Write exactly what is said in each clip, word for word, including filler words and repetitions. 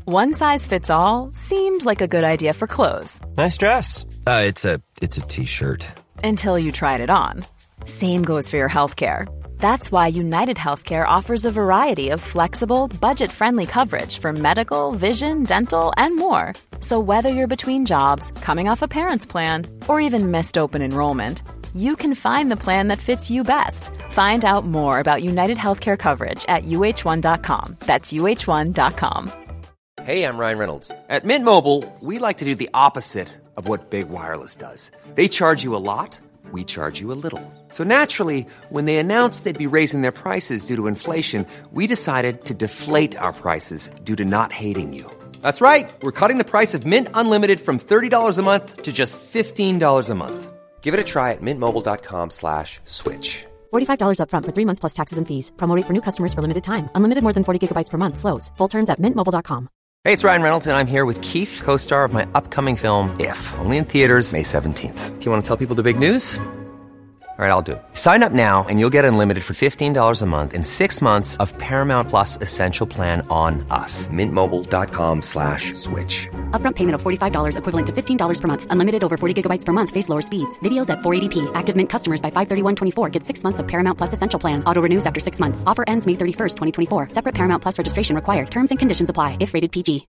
One size fits all seemed like a good idea for clothes. Nice dress. Uh, it's a it's a t-shirt. Until you tried it on. Same goes for your healthcare. That's why United Healthcare offers a variety of flexible, budget-friendly coverage for medical, vision, dental, and more. So whether you're between jobs, coming off a parent's plan, or even missed open enrollment, you can find the plan that fits you best. Find out more about United Healthcare coverage at U H one dot com. That's U H one dot com. Hey, I'm Ryan Reynolds. At Mint Mobile, we like to do the opposite of what Big Wireless does. They charge you a lot, we charge you a little. So naturally, when they announced they'd be raising their prices due to inflation, we decided to deflate our prices due to not hating you. That's right. We're cutting the price of Mint Unlimited from thirty dollars a month to just fifteen dollars a month. Give it a try at mintmobile.com slash switch. forty-five dollars up front for three months plus taxes and fees. Promo rate for new customers for limited time. Unlimited more than forty gigabytes per month. Slows full terms at mint mobile dot com. Hey, it's Ryan Reynolds, and I'm here with Keith, co-star of my upcoming film, If, only in theaters May seventeenth. Do you want to tell people the big news? All right, I'll do it. Sign up now and you'll get unlimited for fifteen dollars a month and six months of Paramount Plus Essential Plan on us. Mintmobile.com slash switch. Upfront payment of forty-five dollars equivalent to fifteen dollars per month. Unlimited over forty gigabytes per month. Face lower speeds. Videos at four eighty p. Active Mint customers by five thirty-one twenty-four get six months of Paramount Plus Essential Plan. Auto renews after six months. Offer ends May thirty-first, twenty twenty-four. Separate Paramount Plus registration required. Terms and conditions apply if rated P G.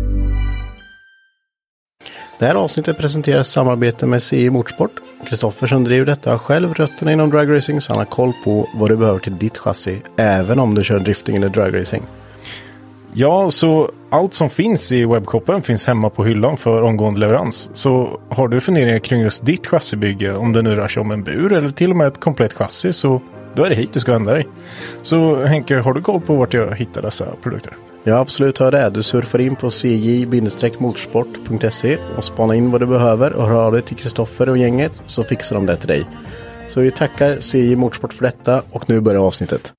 Det här avsnittet presenteras samarbete med C I Motorsport. Kristoffer som driver detta har själv rötterna inom dragracing, så han har koll på vad du behöver till ditt chassi, även om du kör drifting eller dragracing. Ja, så allt som finns i webbshoppen finns hemma på hyllan för omgående leverans. Så har du funderingar kring just ditt chassibygge, om det nu rör sig om en bur eller till och med ett komplett chassi, så då är det hit du ska vända dig. Så Henke, har du koll på vart jag hittar dessa produkter? Ja, absolut har det. Du surfar in på c j motorsport punkt se och spanar in vad du behöver och hör av dig till Kristoffer och gänget, så fixar de det till dig. Så vi tackar C J Motorsport för detta, och nu börjar avsnittet.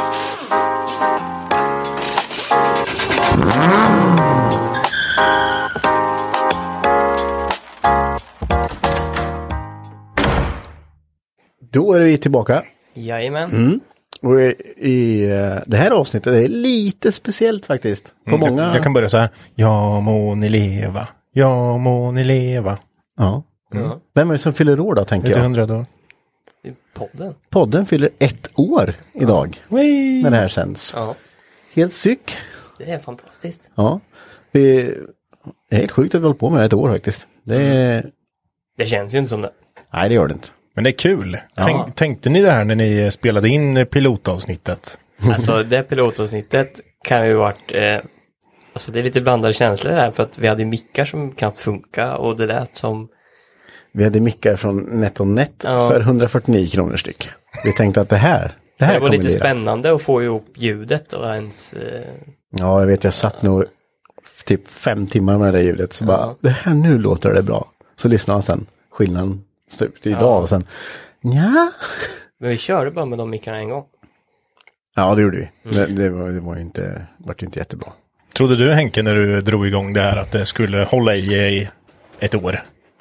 Då är vi tillbaka. Jajamän. Mm. Och i, i det här avsnittet är lite speciellt faktiskt. På Mm, många... jag, jag kan börja så här. Ja må ni leva. Ja må ni leva. Ja. Mm. Vem är det som fyller år då, tänker jag? hundra dagar. Podden. Podden fyller ett år idag. Ja. När det här sänds. Ja. Helt syk. Det är fantastiskt. Ja. Vi... Det är helt sjukt att vi håller på med det ett år faktiskt. Det är... Det känns ju inte som det. Nej, det gör det inte. Men det är kul. Ja. Tänk, tänkte ni det här när ni spelade in pilotavsnittet? Alltså det pilotavsnittet kan ju varit... Eh, alltså det är lite blandade känslor där. För att vi hade mickar som knappt funka. Och det lät som... Vi hade mickar från NetOnNet Ja. för hundrafyrtionio kronor styck. Vi tänkte att det här... Det här det var kommer lite lira. spännande att få ihop ljudet och ens... Eh, Ja, jag vet, jag satt nog typ fem timmar med det där ljudet. Så Ja. bara, det här nu låter det bra. Så lyssnade han sen. Skillnaden stup idag Ja. och sen, ja. men vi körde bara med de mickarna en gång. Ja, det gjorde vi. Det, det, var, det var ju inte, var ju inte jättebra. Trodde du, Henke, när du drog igång det här att det skulle hålla i, i ett år?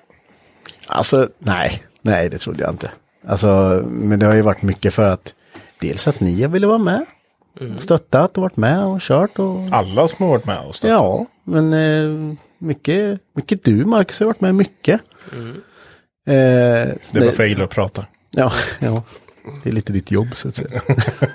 Alltså, nej. Nej, det trodde jag inte. Alltså, men det har ju varit mycket för att dels att ni ville vara med. Mm. Stöttat och varit med och kört. Och... Alla som har varit med och stöttat. Ja, men eh, mycket, mycket du, Marcus, har varit med mycket. Mm. Eh, Det är bara för jag gillar att prata. Ja, ja. Det är lite ditt jobb så att säga.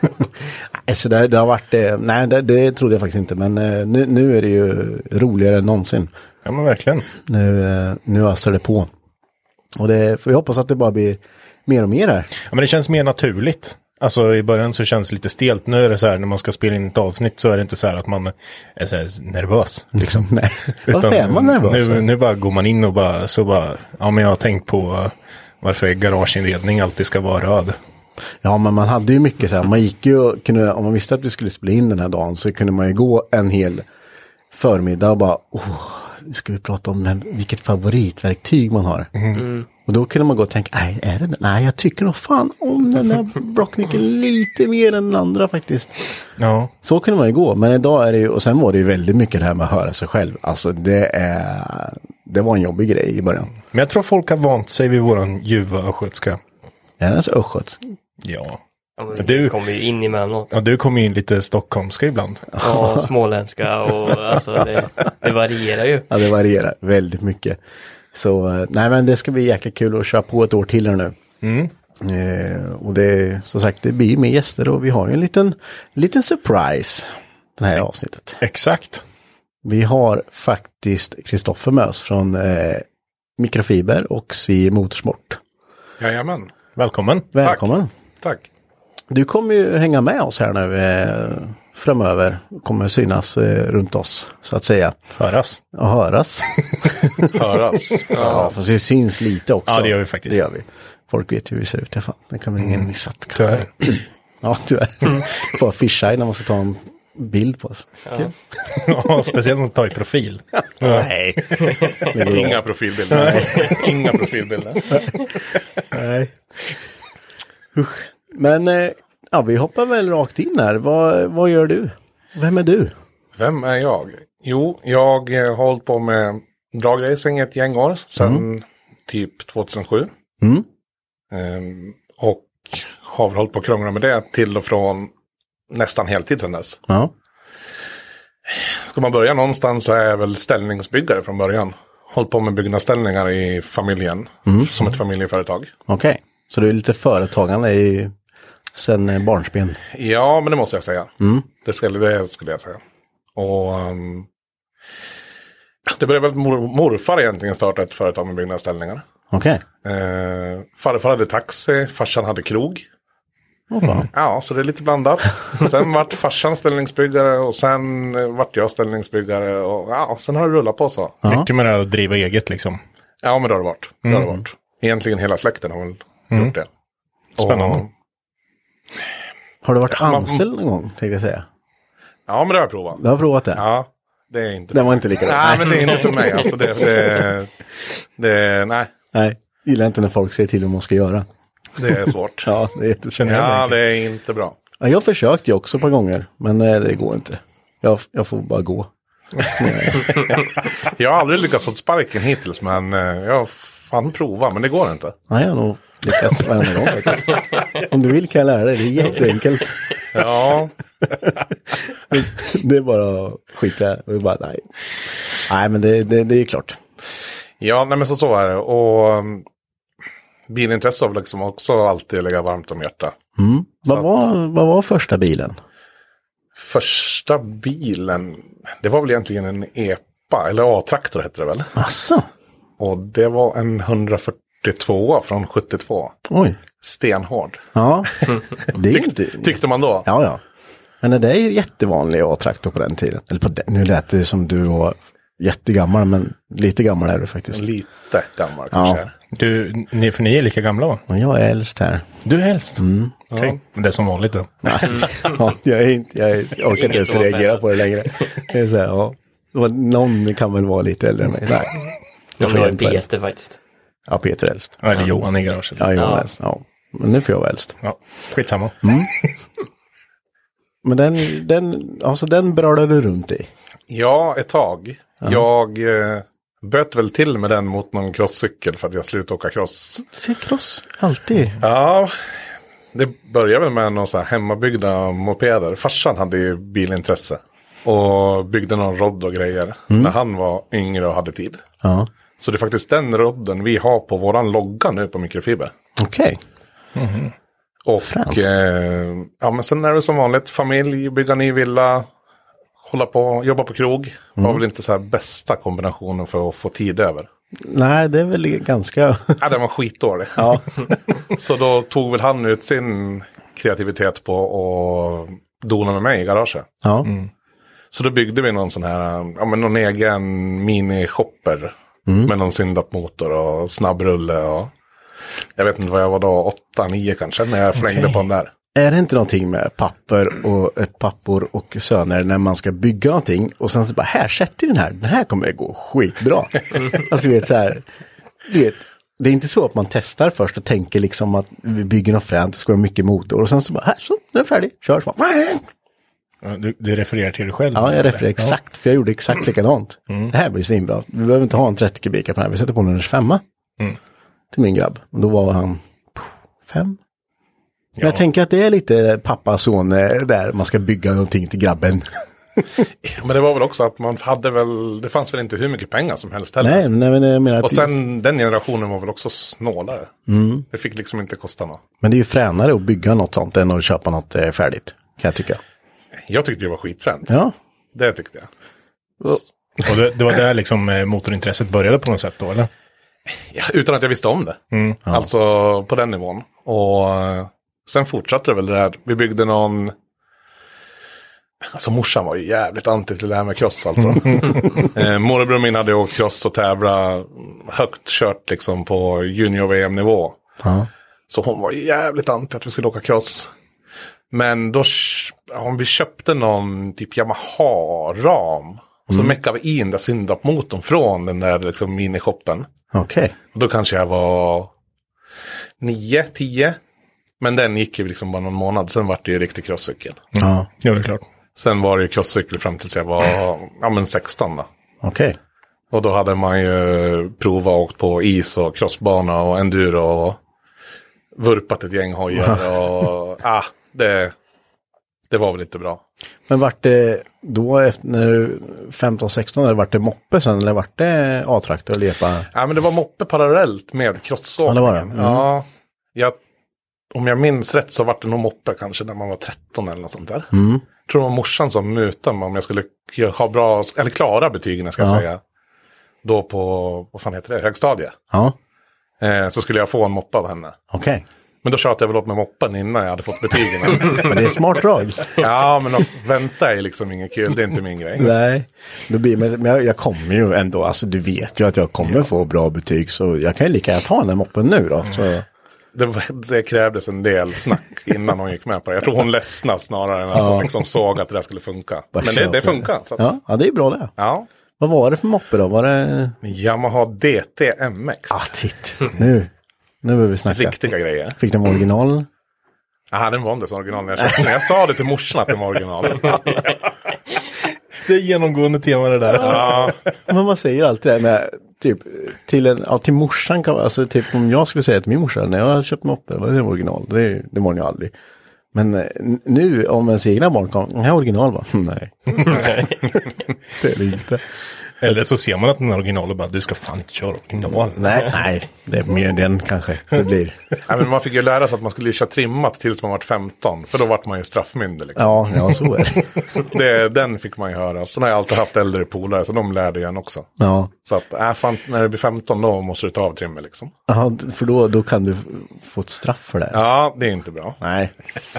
Nej, så det, det har varit det. Nej, det, det trodde jag faktiskt inte. Men eh, nu, nu är det ju roligare än någonsin. Ja, men verkligen. Nu, eh, nu ösar det på. Och det, får jag hoppas att det bara blir mer och mer här. Ja, men det känns mer naturligt. Alltså i början så känns det lite stelt. Nu är det så här, när man ska spela in ett avsnitt så är det inte så här att man är så här nervös. Liksom. Nej, varför är man nervös? Nu, nu bara går man in och bara, så bara, ja men jag har tänkt på uh, varför garageinredning alltid ska vara röd. Ja, men man hade ju mycket så här, man gick ju och kunde, om man visste att vi skulle spela in den här dagen så kunde man ju gå en hel förmiddag och bara, åh, nu ska vi prata om vem, vilket favoritverktyg man har. Mm. Och då kunde man gå och tänka, nej, är det den? Nej, jag tycker nog fan om den här Brocknicken lite mer än den andra faktiskt. Ja. Så kunde man ju gå, men idag är det ju, och sen var det ju väldigt mycket det här med att höra sig själv. Alltså det är, det var en jobbig grej i början. Men jag tror folk har vant sig vid våran ljuva östgötska. Är den så östgötsk? Ja. Ja, men Du- du kommer ju in emellanåt. Ja, du kommer in lite stockholmska ibland. Ja, småländska och alltså det, det varierar ju. Ja, det varierar väldigt mycket. Så eh, nej, men det ska bli jäkligt kul att köra på ett år till här nu. Mm. Eh, och det, som sagt, det blir mer gäster och vi har ju en liten, liten surprise det här avsnittet. Exakt. Vi har faktiskt Kristoffer med oss från eh, Mikrofiber och C Motorsport. Jajamän. Välkommen. Välkommen. Tack. Du kommer ju hänga med oss här nu eh, framöver. Kommer synas eh, runt oss så att säga. Höras. Och höras. Höras. Ja, fast vi syns lite också. Ja, det gör vi faktiskt. Det gör vi. Folk vet hur vi ser ut i alla fall. Det kan väl ingen missa. Tyvärr. Ja, tyvärr. Får fisheye när man ska ta en bild på oss. Kul. Ja, speciellt om man tar i profil. Nej. Inga profilbilder. Inga profilbilder. Nej. Usch. Men eh, ja, vi hoppar väl rakt in här. Vad, vad gör du? Vem är du? Vem är jag? Jo, jag har hållit på med dragracing ett gäng år. Sedan Mm. typ tjugohundrasju. Mm. Ehm, och har väl hållit på att krångla med det till och från nästan heltid sedan dess. Ja. Ska man börja någonstans så är jag väl ställningsbyggare från början. Hållit på med byggnadsställningar i familjen. Mm. Som ett familjeföretag. Okej. Så du är lite företagande i sen eh, barnsben. Ja, men det måste jag säga. Mm. Det skulle, det skulle jag säga. Och um, det började väl mor, morfar egentligen starta ett företag med byggnadsställningar. Okej. Eh, farfar hade taxi, farsan hade krog. Mm. Ja, så det är lite blandat. Sen vart farsan ställningsbyggare och sen eh, vart jag ställningsbyggare. Och ja, sen har det rullat på så. Ja. Mycket med det här att driva eget liksom. Ja, men det har det varit. Det har det varit. Egentligen hela släkten har väl Mm. gjort det. Spännande. Och, Har du varit Ja, man- anställd någon gång, tänkte jag säga? ja, men det har jag provat. Du har provat det? Ja, det är inte... Det var inte lika rätt. Nej, men det är inte för mig. Alltså det, det, det, nej, Nej, gillar inte när folk säger till vad man ska göra. det är svårt. Ja, det är jättekänner Ja, det är inte bra. Ja, jag försökte ju också ett par gånger, men eh, det går inte. Jag, jag får bara gå. Jag har aldrig lyckats få sparken hittills, men eh, jag har fan prova, men det går inte. Nej, jag har nog lyckats varenda gång faktiskt. Om du vill kan jag lära dig, det är jätteenkelt. Ja, Det är bara att skita och bara nej. Nej, men det, det, det är klart. ja, nej men så, så är det. Och um, bilintresse har väl liksom också alltid legat varmt om hjärta. Mm. Vad, att- var, vad var första bilen? Första bilen, det var väl egentligen en EPA, eller A-traktor hette det väl. Asså? Och det var en hundrafyrtiotvå från sjuttiotvå. Oj. Stenhård. Ja, det är ju inte... Tyckte man då? Ja, ja. Men det är ju jättevanlig A-traktor på den tiden. Eller på den, nu lät det som du var jättegammal, men lite gammal är du faktiskt. Lite gammal Ja. kanske. Du, ni, för ni är lika gamla va? Men jag är äldst här. Du är äldst? Mm. Okej, men det är som vanligt då. Ja, jag, är inte, jag, är, jag orkar inte ens Inget reagera på det längre. Det är så här, ja. Någon kan väl vara lite äldre än mig. Nej. Jag får får inte vara äldst. Peter faktiskt. Ja, Peter är äldst. Eller Johan i garaget. Ja, jag är Ja. äldst. Ja. Men nu får jag vara äldst. Ja, skitsamma. Men den, den, alltså den brölade du runt i. Ja, ett tag. Jag eh, böt väl till med den mot någon crosscykel för att jag slutade åka cross. Se cross, alltid. Ja, det började väl med några så här hemmabyggda mopeder. Farsan hade ju bilintresse. Och byggde någon rodd och grejer. När han var yngre och hade tid. Ja, Så det är faktiskt den rodden vi har på våran logga nu på Mikrofiber. okej. Och Fränt. eh, ja, men sen är det som vanligt. Familj, bygga ny villa. Hålla på, jobba på krog. Var väl inte så här bästa kombinationen för att få tid över. Nej, det är väl ganska... Ja, den var skitdålig. Ja, Så då tog väl han ut sin kreativitet på att dona med mig i garaget. ja. Så då byggde vi någon sån här, ja men någon egen mini-shopper. Med någon syndat-motor och snabbrulle och jag vet inte vad jag var då, åtta, nio kanske, när jag flängde Okej. på den där. Är det inte någonting med papper och ett pappor och söner när man ska bygga någonting och sen så bara, här, sätt i den här, den här kommer att gå skitbra. Alltså du vet så här, du vet, det är inte så att man testar först och tänker liksom att vi bygger något fränt, det ska vara mycket motor och sen så bara, här, så, nu är jag färdig, kör så. Ja, Du, du refererar till dig själv? Ja, jag refererar exakt, för jag gjorde exakt likadant. Det här blir svinbra. Vi behöver inte ha en trettio kubikar på den här, vi sätter på en tjugofem. Mm. Till min grabb. Och då var han fem. Men jag tänker att det är lite pappa och son där man ska bygga någonting till grabben. Men det var väl också att man hade väl, det fanns väl inte hur mycket pengar som helst heller. Nej, nej men jag menar att och sen den generationen var väl också snålare. Mm. Det fick liksom inte kosta något. Men det är ju fränare att bygga något sånt än att köpa något eh, färdigt, kan jag tycka. Jag tyckte det var skitfränt. Ja. Det tyckte jag. Och det, det var där liksom motorintresset började på något sätt då, eller? Ja, utan att jag visste om det. Mm. Ja. Alltså på den nivån. Och sen fortsatte det väl det där. Vi byggde någon... Alltså morsan var ju jävligt anti till det här med cross alltså. eh, morbror min hade åkt cross och tävla högt kört liksom på junior-V M-nivå. Ja. Så hon var jävligt anti att vi skulle åka cross. Men då, om vi köpte någon typ Yamaha-ram och så mm. meckade vi in där syndapmotorn från den där liksom minishoppen. Okej. Okay. Och då kanske jag var nio, tio. Men den gick ju liksom bara någon månad. Sen var det ju riktig crosscykel. Ja, ja det är klart. Sen var det ju crosscykel fram tills jag var ja, men sexton då. Okej. Okay. Och då hade man ju provat och åkt på is och crossbana och enduro och vurpat ett gäng hojar och ah, det, det var väl inte bra. Men vart det då efter när du femton sexton eller vart det moppe sen eller vart det A-traktor och lepa? Ja men det var moppe parallellt med crossåkningen. Ja, det var det. Mm. Ja, jag, om jag minns rätt så var det nog moppe kanske när man var tretton eller något sånt där. Mm. Jag tror det var morsan som mutade mig om jag skulle ha bra, eller klara betygen ska jag ja. säga. Då på, vad fan heter det, högstadiet. Ja. Eh, så skulle jag få en moppe av henne. Okej. Okay. Men då tjatade jag väl åt med moppen innan jag hade fått betygen. Men det är smart drag. Ja, men att vänta är liksom inget kul. Det är inte min grej. Nej, det blir, men jag, jag kommer ju ändå, alltså du vet ju att jag kommer ja. få bra betyg. Så jag kan ju lika gärna ta den moppen nu då. Så. Det, det krävdes en del snack innan hon gick med på det. Jag tror hon ledsnade snarare än att ja. hon liksom såg att det där skulle funka. Bara men det, det funkar. Så att... ja, ja, det är bra det. Ja. Vad var det för moppe då? Var det... Yamaha D T M X. Ah, titt. Nu. Nu behöver vi snacka. Riktiga grejer. Fick den original? Ja, den var inte så original när jag köpte den. Jag sa det till morsan att den var original. Det är genomgående tema det där. Ja. Men man säger alltid det med typ till en ja, till morsan kan alltså typ om jag skulle säga till min morsa när jag har köpt moppe var det original. Det det var ju aldrig. Men nu om ens egna barn kom, den här original va? Nej. Det är det inte. Eller så ser man att den är original och bara, du ska fan inte köra original. Nej, nej, det är mer den kanske det blir. Nej, men man fick ju lära sig att man skulle köra trimmat tills man var femton. För då var man ju straffmyndig liksom. Ja, ja så är det. det. Den fick man ju höra. Så har jag alltid haft äldre polare, så de lärde jag också. Ja. Så att, äh, fan, när det blir femton då måste du ta av trimmet liksom. Ja, för då, då kan du få ett straff för det. Ja, det är inte bra. Nej.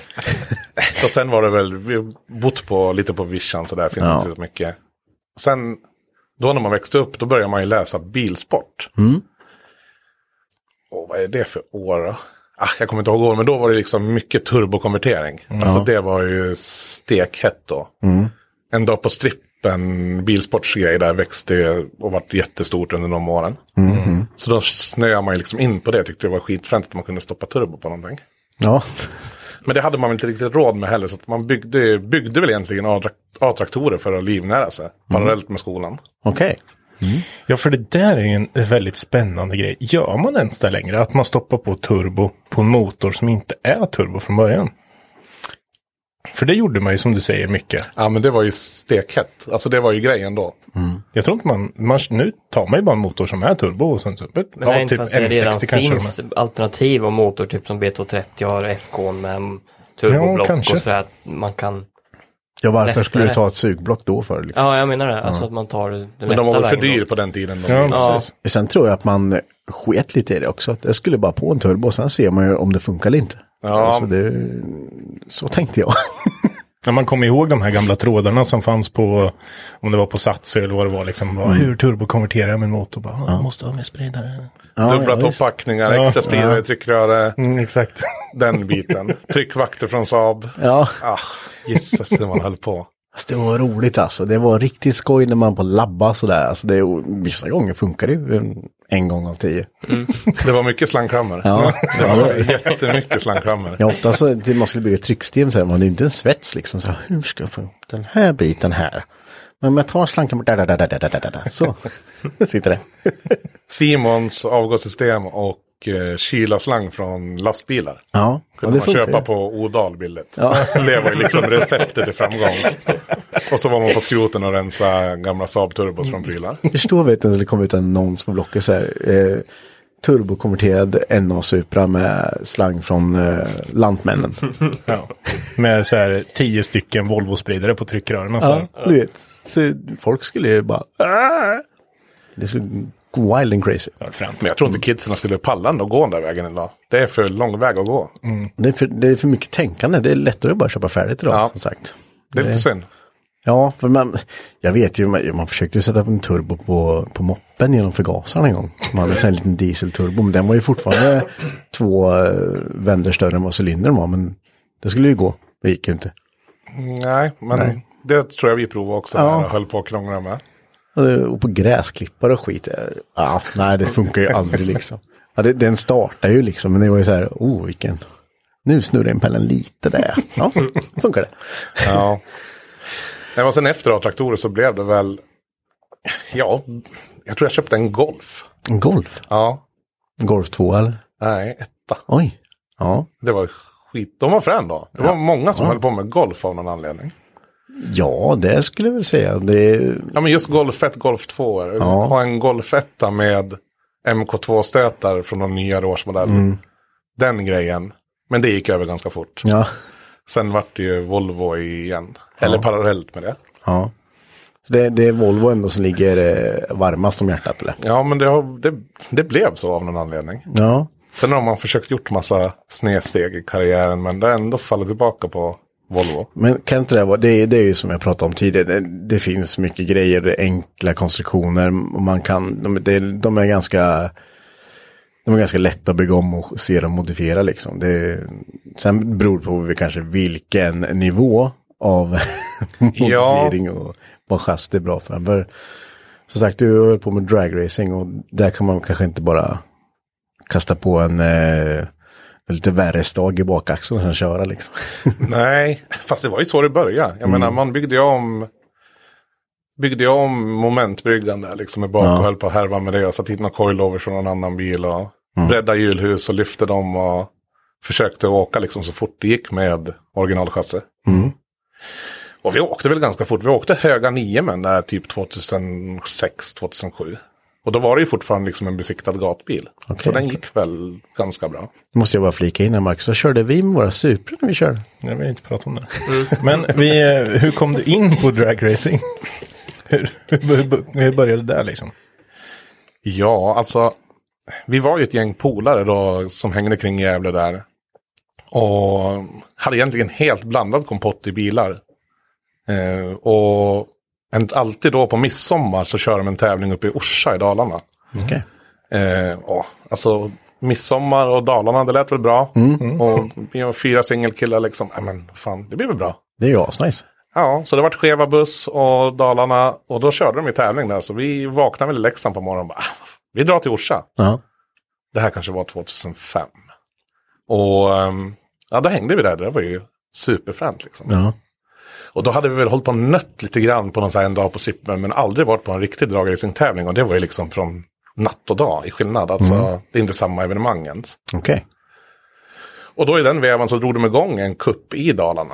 Så sen var det väl, vi bott på, lite på vischan så där finns ja. inte så mycket. Sen... Då när man växte upp, då började man ju läsa bilsport. Mm. Och vad är det för år då? Ah, jag kommer inte ihåg år, men då var det liksom mycket turbokonvertering. Mm. Alltså det var ju stekhett då. Mm. En dag på strippen, bilsportsgrej där växte och var jättestort under de åren. Mm. Så då snöade man ju liksom in på det. Tyckte det var skitfränt att man kunde stoppa turbo på någonting. Ja. Men det hade man väl inte riktigt råd med heller. Så att man byggde, byggde väl egentligen A-traktorer för att livnära sig. Mm. Parallellt med skolan. Okej. Okay. Mm. Ja, för det där är ju en väldigt spännande grej. Gör man ens där längre? Att man stoppar på turbo på en motor som inte är turbo från början? För det gjorde man ju som du säger mycket. Ja, men det var ju stekhett. Alltså det var ju grejen då. Mm. Jag tror inte man, man... Nu tar man ju bara en motor som är turbo och sånt. Men ja, nej, typ M sextio kanske. Det finns alternativ och motor typ som B tvåhundratrettio har F K med turboblock ja, och så att man kan... Ja, varför lättare. Skulle du ta ett sugblock då för? Liksom? Ja, jag menar det. Alltså ja. att man tar det Men de var väl för dyr på den tiden. De ja, ja. Sen tror jag att man sket lite i det också. Det skulle bara på en turbo, sen ser man ju om det funkar eller inte. Ja. Alltså det, så tänkte jag. Ja, man kommer ihåg de här gamla trådarna som fanns på, om det var på Sats eller vad det var, liksom, mm. hur turbo konverterar jag min motor? Bara, ja. måste ha med spridare. Ja, dubbla ja, topppackningar, ja, extra spridare, ja. tryckröre. Mm, exakt. Den biten. Tryckvakter från Saab. Ja. Ah, gissas det man höll på. Det var roligt alltså. Det var riktigt skoj när man på labba sådär. Alltså det, vissa gånger funkar det ju en, en gång av tio. Mm. Det var mycket slangkrammer. Ja. Det var jättemycket slangkrammer. Ja, ofta så till man skulle bygga ett trycksystem så här, man är inte en svets liksom. Så, hur ska jag få upp den här biten här? Men jag tar slangkrammer där, där, där, där, där, där, där. Så sitter det. Simons avgassystem och fick eh, kylaslang från lastbilar. Ja, kunde ja, man funkar köpa ju. på Odal billigt. Ja. Det var ju liksom receptet till framgång. Och så var man på skroten och rensa gamla Saab-turbos från prylar. Jag förstår vet inte, det kom ut en annons på Blocket så här, eh, turbokonverterad N A Supra med slang från eh, Lantmännen. Ja. Med så här tio stycken Volvo-spridare på tryckrören. Så. Ja, du vet. Så folk skulle ju bara... Aah! Det är så wild and crazy. Ja, främt. Men jag tror inte kidsen skulle palla ändå gå den där vägen idag. Det är för lång väg att gå. Mm. Det, är för, det är för mycket tänkande. Det är lättare att bara köpa färdigt idag, Ja. som sagt. Det är lite synd. Ja, för man, jag vet ju, man, man försökte ju sätta upp en turbo på, på moppen genom förgasaren en gång. Man hade en liten dieselturbo, men den var ju fortfarande två uh, vänder större än vad cylindern var. Men det skulle ju gå, det gick ju inte. Nej, men Nej. det tror jag vi provade också. Ja. När jag höll på att krångla med. Och, det- och på gräsklippare och skit. Ja, nej, det funkar ju aldrig liksom. Ja, det, den startar ju liksom, men det var ju så här, oh vilken... Nu snurrar impellen lite där. Ja, funkar det. Ja. Nej, och sen efter A-traktorer så blev det väl... Ja, jag tror jag köpte en Golf. En Golf? Ja. En Golf två eller? Nej, etta. Oj. Ja. Det var skit. De var frän då. Det var många som höll på med Golf av någon anledning. Ja, det skulle jag väl säga. Det är... Ja, men just Golf ett, Golf två. Ja. Ha en Golf ett med M K två-stötar från de nya årsmodellen. Mm. Den grejen. Men det gick över ganska fort. Ja. Sen vart det ju Volvo igen. Eller parallellt med det. Ja. Så det, det är Volvo ändå som ligger eh, varmast om hjärtat, eller? Ja, men det, har, det, det blev så av någon anledning. Ja. Sen har man försökt gjort massa snedsteg i karriären. Men det har ändå fallit tillbaka på Volvo. Men kan inte det vara, det, det är ju som jag pratade om tidigare, det, det finns mycket grejer, det är enkla konstruktioner och man kan, de, det, de är ganska de är ganska lätta att bygga om och se dem modifiera liksom. Det, sen beror det på kanske vilken nivå av modifiering och vad chassi det är bra för. För som sagt, du håller på med dragracing och där kan man kanske inte bara kasta på en eh, lite värre stag i bakaxeln och sen köra liksom. Nej, fast det var ju så det började. Jag Mm. menar, man byggde ju om byggde ju om momentbyggande liksom med bak Ja. och höll på att härva med det. Och satt hit några coilovers från en annan bil och mm. bredda hjulhus och lyfte dem och försökte åka liksom så fort det gick med originalchassi. Mm. Och vi åkte väl ganska fort. Vi åkte höga nio men där typ tjugohundrasex tjugohundrasju. Och då var det ju fortfarande liksom en besiktad gatbil. Okej. Så den gick väl ganska bra. Nu måste jag bara flika in här, Marcus. Vad körde vi med våra Supra när vi körde? Jag vill inte prata om det. Men vi, eh, hur kom du in på dragracing? Hur, hur, hur började det där liksom? Ja, alltså vi var ju ett gäng polare då som hängde kring Gävle där. Och hade egentligen helt blandad kompott i bilar. Eh, och en, alltid då på midsommar så kör de en tävling uppe i Orsa i Dalarna. Okej. Eh, och, alltså midsommar och Dalarna, det lät väl bra. Mm. Och vi var fyra singelkillar liksom. Ja men fan, det blir väl bra. Det är ju asnice. Ja, så det var Skeva buss och Dalarna. Och då körde de i tävling där. Så vi vaknade väl i Leksand på morgonen och bara, ah, vi drar till Orsa. Ja. Det här kanske var tjugohundrafem. Och um, ja, då hängde vi där. Det var ju superfränt liksom. Ja. Och då hade vi väl hållit på nött lite grann på någon så här en dag på strippen. Men aldrig varit på en riktig dragracing-tävling. Och det var ju liksom från natt och dag i skillnad. Alltså Mm. det är inte samma evenemang ens. Okej. Och då i den vevan så drog de igång en kupp i Dalarna.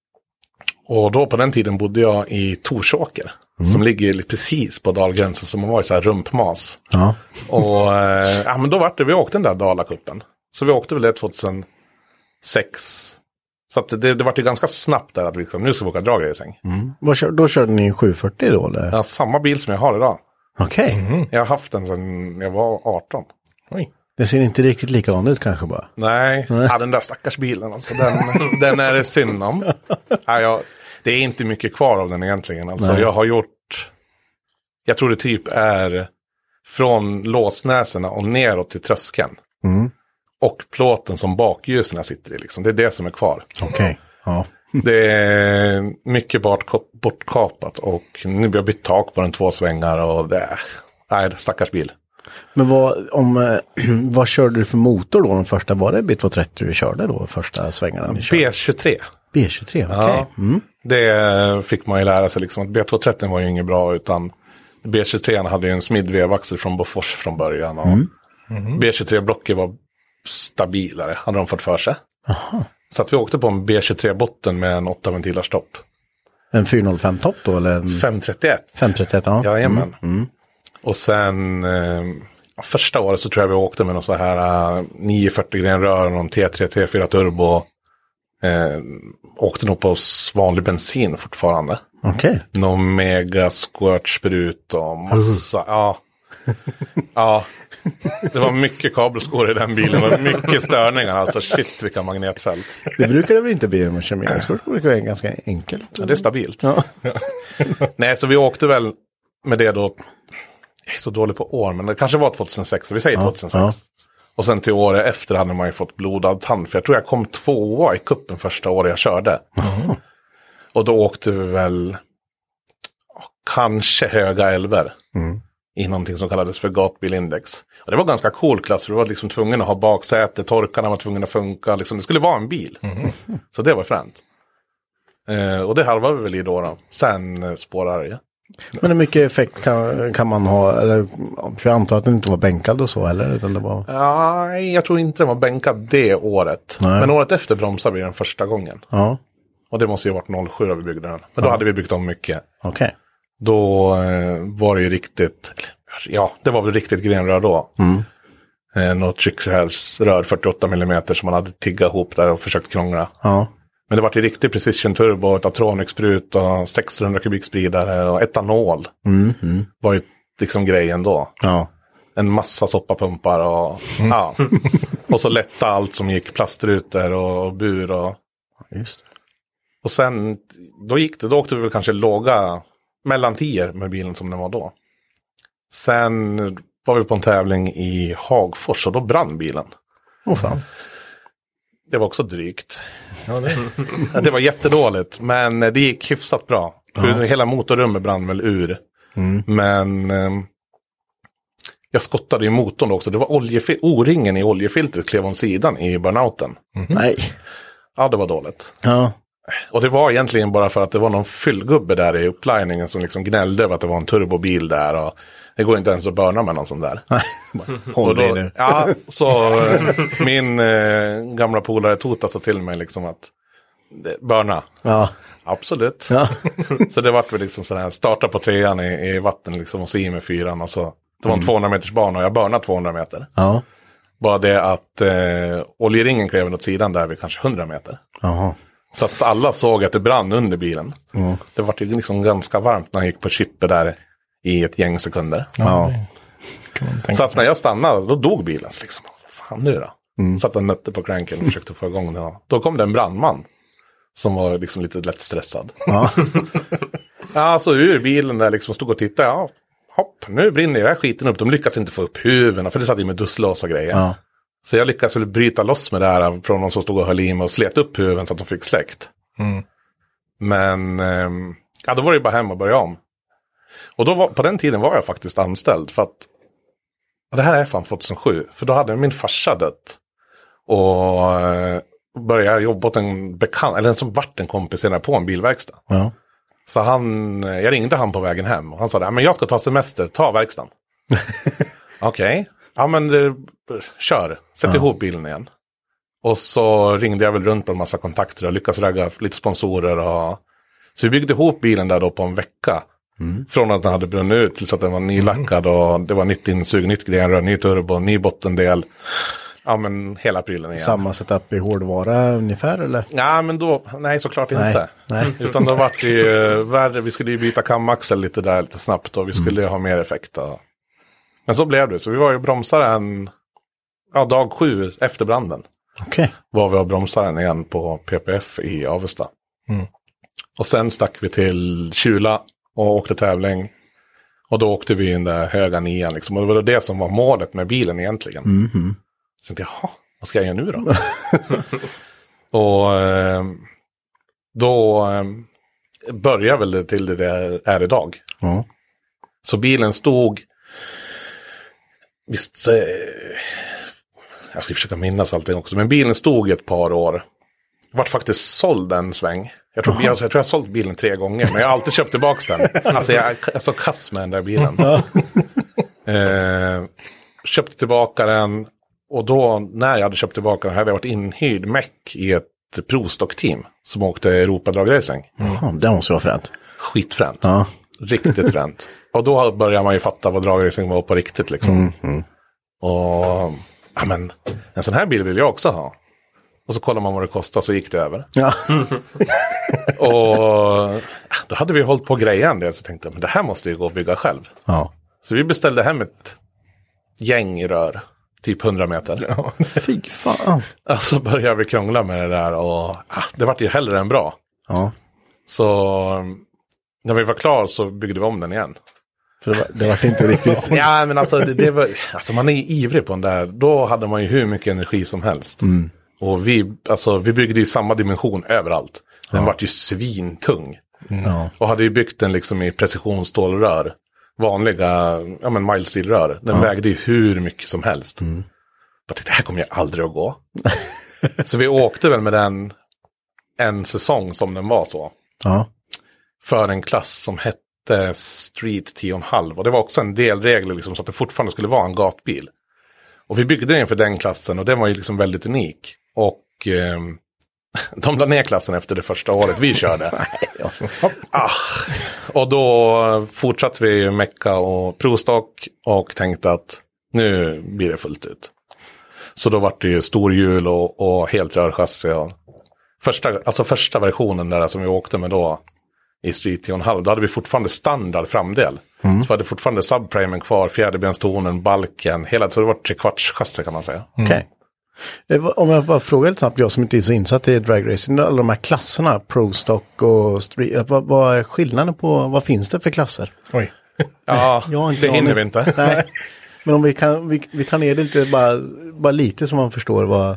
Och då på den tiden bodde jag i Torsåker. Mm. Som ligger precis på dalgränsen. Som var i så här rumpmas. Ja. Och eh, ja, men då var det, vi åkte den där Dalakuppen. Så vi åkte väl det tjugohundrasex. Så att det, det var ju ganska snabbt där att vi liksom, nu ska vi åka dragracing. Mm. Vad kör, då körde ni en sjuhundrafyrtio då eller? Jag har samma bil som jag har idag. Okej. Jag har haft den sedan jag var arton. Oj. Det ser inte riktigt likadant ut kanske bara. Nej, ja, den där stackars bilen alltså, den, den är det synd om. Ja, jag, det är inte mycket kvar av den egentligen. Alltså, Nej. jag har gjort, jag tror det typ är från låsnäserna och neråt till tröskeln. Mm. Och plåten som bakljusen sitter i liksom. Det är det som är kvar. Okej. Ja. Det är mycket bort, bortkapat och nu har jag bytt tak på den två svängar och det är, nej, stackars bil. Men vad, om, eh, vad körde du för motor då? Den första, var det B tvåhundratrettio du körde då? Första svängarna ni körde? B tjugotre. B tjugotre, okej. Ja, Mm. det fick man ju lära sig liksom att B tvåhundratrettio var ju inget bra utan B tjugotre hade ju en smidvevaxel från Bofors från början och Mm. Mm. B tjugotre-blocket var stabilare, hade de fått för sig. Aha. Så att vi åkte på en B tjugotre-botten med en åtta ventilars topp. En fyrahundrafem-topp då? Eller en... fem trettioett. fem trettioett, ja. Jajamän. Mm. Mm. Och sen eh, första året så tror jag vi åkte med någon så här uh, nio fyrtio grenrör och någon T tre T fyra turbo. Eh, åkte nog på vanlig bensin fortfarande. Okej. Okay. Någon mega squirt-sprut och massa, uh. ja. Ja, det var mycket kabelskor i den bilen och mycket störningar, alltså shit vilka magnetfält. Det brukar det väl inte bli med kemisk, det brukar vara ganska enkelt. Ja, det är stabilt. Ja. Nej, så vi åkte väl med det då, jag är så dålig på år, men det kanske var tjugohundrasex, vi säger ja, tjugohundrasex. Ja. Och sen till året efter hade man ju fått blodad tand, för jag tror jag kom tvåa i kuppen första året jag körde. Mm. Och då åkte vi väl kanske höga älver. Mm. I någonting som kallades för gatbilindex. Och det var ganska cool klass, för du var liksom tvungen att ha baksäte, torkarna var tvungna att funka, liksom, det skulle vara en bil. Mm. Så det var fränt. Eh, och det halvade vi väl i då, då. Sen eh, spårade det. Men hur mycket effekt kan, kan man ha, eller, för jag antar att den inte var bänkad och så, eller? Utan det var... Ja, jag tror inte den var bänkad det året. Nej. Men året efter bromsade vi den första gången. Ja. Och det måste ju ha varit noll sju då vi byggde den. Men då ja. hade vi byggt om mycket. Okej. Okay. Då eh, var det ju riktigt, ja det var väl riktigt grenrör då. Mm. Eh, något tryckrör fyrtioåtta millimeter som man hade tiggat ihop där och försökt krångla. Ja. Men det var ju riktigt precision turbo, ett Atronic-sprut och sexhundra kubikspridare och etanol. Mm. Mm. Var ju liksom grejen då. Ja. En massa soppapumpar och mm. ja. Och så lätta allt som gick, plastrutor och bur och... Just. Och sen, då gick det, då åkte vi väl kanske låga mellan tio med bilen som den var då. Sen var vi på en tävling i Hagfors och då brann bilen. Åh fan. Det var också drygt. Ja, det... det var jättedåligt, men det gick hyfsat bra. Ja. Hela motorrummet brann väl ur. Mm. Men eh, jag skottade i motorn också. Det var oljefil- O-ringen i oljefiltret klev om sidan i burnouten. Mm. Nej. Ja, det var dåligt. Ja. Och det var egentligen bara för att det var någon fyllgubbe där i uppliningen som liksom gnällde över att det var en turbobil där och det går inte ens att börna med någon sån där. Håll då, nu. Ja, så min eh, gamla polare Tota sa till mig liksom att börna. Ja. Absolut. Ja. Så det var väl liksom sån här, starta på trean i, i vatten liksom och så i med fyran och så. Det var en mm. tvåhundra meters bana och jag börnade tvåhundra meter. Ja. Bara det att eh, oljeringen klev åt sidan där vid kanske hundra meter. Jaha. Så att alla såg att det brann under bilen. Mm. Det var ju liksom ganska varmt när jag gick på chippet där i ett gäng sekunder. Ja. Så att när jag stannade, då dog bilen. Så liksom, vad fan nu då? Mm. Satt och nötte på cranken och försökte få igång den. Då kom det en brandman som var liksom lite lätt stressad. Ja, ja så ur bilen där liksom stod och tittade. Ja, hopp, nu brinner det här skiten upp. De lyckas inte få upp huven, för det satt ju med dusslås och grejer. Ja. Så jag lyckades väl bryta loss med det här från någon som stod och höll i mig och slet upp huven så att de fick släkt. Mm. Men ähm, ja, då var det bara hem och börja om. Och då var, på den tiden var jag faktiskt anställd för att, och det här är fan tjugohundrasju, för då hade min farsa dött. Och äh, började jobba åt en bekant, eller en som vart en kompis senare på en bilverkstad. Ja. Så han, jag ringde han på vägen hem och han sa, men jag ska ta semester, ta verkstaden. Okej. Okay. Ja men det, kör, sätt ja. ihop bilen igen. Och så ringde jag väl runt på en massa kontakter och lyckades ragga lite sponsorer. Och... Så vi byggde ihop bilen där då på en vecka. Mm. Från att den hade brunnit ut tills att den var nylackad mm. och det var nytt insug, nytt grenrör, ny turbo, ny bottendel. Ja men hela prylen igen. Samma setup i hårdvara ungefär eller? Ja men då, nej såklart nej. inte. Nej. Utan då var det ju värre, vi skulle ju byta kamaxel lite där lite snabbt och vi skulle mm. ha mer effekt och... Men så blev det. Så vi var ju bromsaren ja, dag sju efter branden. Okej. Okay. Var vi och bromsaren igen på P P F i Avesta. Mm. Och sen stack vi till Kjula och åkte tävling. Och då åkte vi in där höga nian liksom. Och det var det som var målet med bilen egentligen. Mm-hmm. Så tänkte jag, jaha, vad ska jag göra nu då? Och eh, då eh, började väl det till det det är idag. Mm. Så bilen stod... Visst, eh, jag ska försöka minnas allting också. Men bilen stod ett par år. Vart faktiskt såld en sväng. Jag tror, jag, jag tror jag har sålt bilen tre gånger. Men jag har alltid köpt tillbaka den. Alltså jag är så kass med den där bilen. eh, köpte tillbaka den. Och då när jag hade köpt tillbaka den hade jag varit inhyrd meck i ett Prostock-team som åkte Europa-dragracing. Mm. Det måste vara fränt. Skitfränt. Ja. Riktigt fränt. Och då börjar man ju fatta vad dragracing var på riktigt liksom. Mm, mm. Och ja, men en sån här bil vill jag också ha. Och så kollar man vad det kostar, så gick det över. Ja. Och då hade vi hållit på grejen det, så tänkte jag, men det här måste ju gå att bygga själv. Ja. Så vi beställde hem ett gäng rör, typ hundra meter. Ja. Fy fan. Och så började vi krångla med det där och ah, det var ju hellre än bra. Ja. Så när vi var klar så byggde vi om den igen. För det var, det var inte riktigt. Ja, men alltså, det, det var, alltså man är ivrig på den där. Då hade man ju hur mycket energi som helst. Mm. Och vi, alltså, vi byggde i samma dimension överallt. Den ja. var ju svintung. Mm. Ja. Och hade ju byggt den liksom i precisionsstålrör. Vanliga, ja men milesteel-rör. Den ja. vägde ju hur mycket som helst. Mm. Jag tänkte, det här kommer jag aldrig att gå. Så vi åkte väl med den en säsong som den var så. Ja. För en klass som hette Street tio komma fem. Och det var också en delregel liksom, så att det fortfarande skulle vara en gatbil. Och vi byggde den för den klassen och den var ju liksom väldigt unik. Och eh, de la ner klassen efter det första året vi körde. Nej, alltså. ah, och då fortsatte vi mecka och Prostock och tänkte att nu blir det fullt ut. Så då var det ju storhjul och, och helt rörchassi. Och första, alltså första versionen där som vi åkte med då i Street tio komma fem, då hade vi fortfarande standard framdel. Mm. Så vi hade fortfarande subframen kvar, fjäderbenstonen, balken, hela, så det var tre kvarts chassi kan man säga. Okej. Okay. Om jag bara frågar lite snabbt, jag som inte är så insatt i dragracing, alla de här klasserna, Prostock och Street, vad, vad är skillnaden på, vad finns det för klasser? Oj. Ja, det hinner vi inte. Nej. Men om vi kan, vi, vi tar ner det lite, bara, bara lite så man förstår vad...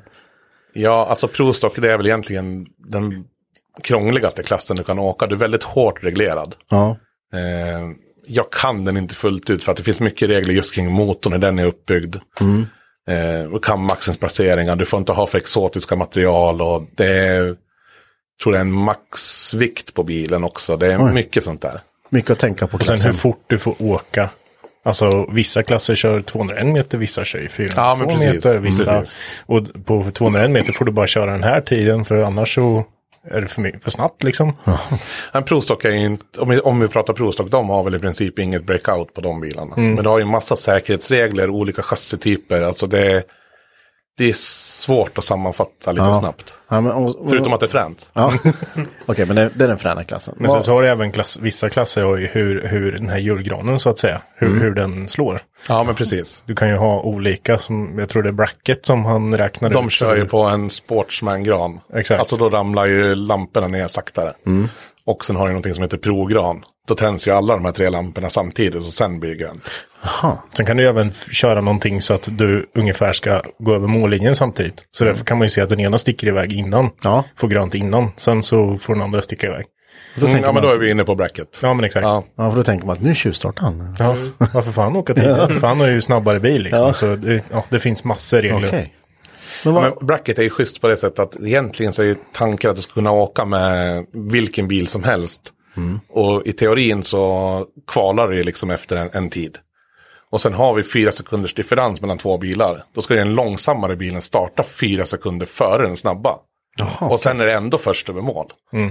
Ja, alltså Prostock, det är väl egentligen den krångligaste klassen du kan åka. Du är väldigt hårt reglerad. Ja. Eh, jag kan den inte fullt ut för att det finns mycket regler just kring motorn när den är uppbyggd. Mm. Eh, och kammaxens placeringar. Du får inte ha för exotiska material och det är, jag tror det är en maxvikt på bilen också. Det är Oj. mycket sånt där. Mycket att tänka på. Och sen hur fort du får åka. Alltså vissa klasser kör tvåhundraen meter, vissa kör fyrahundratvå ja, meter. Vissa, och på tvåhundraen meter får du bara köra den här tiden för annars så är det för, mycket, för snabbt liksom. Ja. En Prostock är ju inte, om vi, om vi pratar Prostock, de har väl i princip inget breakout på de bilarna. Mm. Men det har ju en massa säkerhetsregler, olika chassityper. Alltså det, det är svårt att sammanfatta lite ja. snabbt. Ja, men, och, och, Förutom att det är fränt. Ja. Okej, okay, men det, det är den fräna klassen. Men sen så har det även klass, vissa klasser har ju hur, hur den här julgranen så att säga, hur, mm. hur den slår. Ja, men precis. Du kan ju ha olika, som jag tror det är bracket som han räknar De ut. De kör ju på en sportsman-gran. Exakt. Alltså då ramlar ju lamporna ner saktare. Mm. Och sen har du någonting som heter pro-gran. Då tänds ju alla de här tre lamporna samtidigt och sen blir det grönt. Aha. Sen kan du även f- köra någonting så att du ungefär ska gå över mållinjen samtidigt. Så därför kan man ju se att den ena sticker iväg innan. Ja. Får grönt innan. Sen så får den andra sticka iväg. Då mm, ja, men då är vi inne på bracket. Ja, men exakt. Ja, ja för då tänker man att nu tjuvstartar han. Ja, varför får han åka tidigare? För han har ju snabbare bil liksom. Ja. Så det, ja, det finns massor regler. Okay. Men, vad... men bracket är ju schysst på det sättet att egentligen så är tanken att du ska kunna åka med vilken bil som helst. Mm. Och i teorin så kvalar det liksom efter en, en tid. Och sen har vi fyra sekunders differens mellan två bilar. Då ska den långsammare bilen starta fyra sekunder före den snabba. Jaha, och sen är det ändå först över mål. Mm.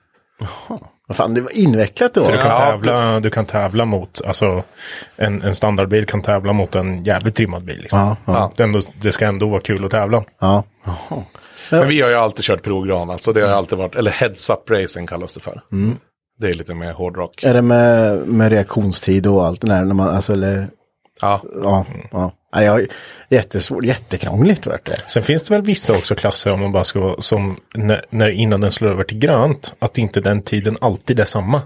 Jaha. Vad fan, det var invecklat då. Så du kan tävla, du kan tävla mot, alltså en, en standardbil kan tävla mot en jävligt trimmad bil. Liksom. Ja, ja. Det, ändå, det ska ändå vara kul att tävla. Ja. Jaha. Men vi har ju alltid kört pro-gran, alltså det har alltid varit, eller heads-up racing kallas det för. Mm. Det är lite mer hårdrock. Är det med, med reaktionstid och allt det där när man, alltså eller... Ja. Ja, ja. Ja, jag, jättesvårt, jättekrångligt vart det. Sen finns det väl vissa också klasser om man bara ska vara som när, när innan den slår över till grönt, att inte den tiden alltid är samma.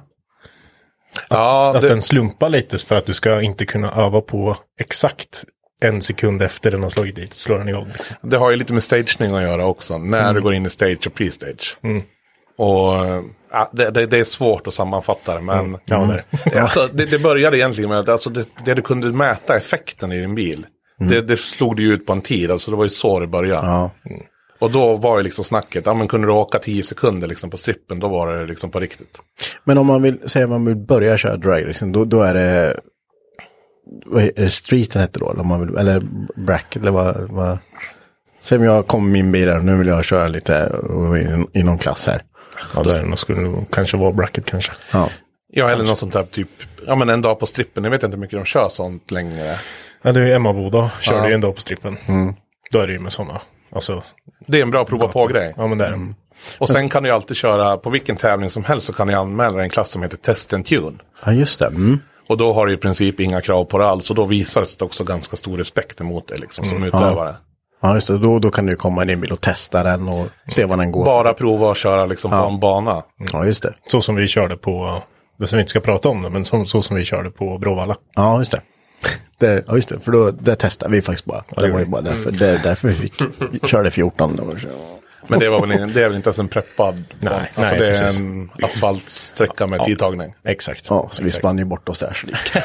Ja, att det... den slumpar lite för att du ska inte kunna öva på exakt en sekund efter den har slagit dit, slår den igång. Liksom. Det har ju lite med staging att göra också, när mm. du går in i stage och pre-stage. Mm. Och ja, det, det, det är svårt att sammanfatta det, men mm. ja, det, det. Alltså, det, det började egentligen med att alltså, det, det du kunde mäta effekten i din bil, mm. det, det slog du ut på en tid, alltså det var ju så det började. Ja. Mm. Och då var ju liksom snacket, ja men kunde du åka tio sekunder liksom på strippen, då var det liksom på riktigt. Men om man vill säga att man vill börja köra dragracing, då, då är det vad är det, streeten heter då, eller, om man vill, eller bracket, eller vad, vad. Säg om jag kommer min bil där, nu vill jag köra lite i, i någon klass här. Ja, det är nog, skulle nog kanske vara bracket kanske. Ja. Ja, eller något sånt där typ, ja men en dag på strippen, jag vet inte hur mycket de kör sånt längre. Ja, det är ju Emmaboda, körde ja. ju en dag på strippen. Mm. Då är det ju med sådana, alltså. Det är en bra prova på-grej. Ja, men det är det. Mm. Och sen kan du ju alltid köra, på vilken tävling som helst så kan du anmäla en klass som heter Test and Tune. Ja, just det. Mm. Och då har du i princip inga krav på det alls, och då visar det också ganska stor respekt emot det liksom, som Mm. utövare. Ja, just det. Då, då kan du komma i din bil och testa den och se vad den går. Bara prova att köra liksom Ja. på en bana. Ja, just det. Så som vi körde på, det som vi inte ska prata om det, men som, så som vi körde på Bråvalla. Ja, just det. det ja, just det. För då det testade vi faktiskt bara. Det var ju bara därför, det är därför vi fick körde fjorton. Då. Men det, var väl, in- det är väl inte ens en preppad Nej, bana. Alltså nej, det är precis. en asfaltsträcka med Ja. tidtagning. Exakt. Ja, så vi Exakt. spann ju bort oss där så lite.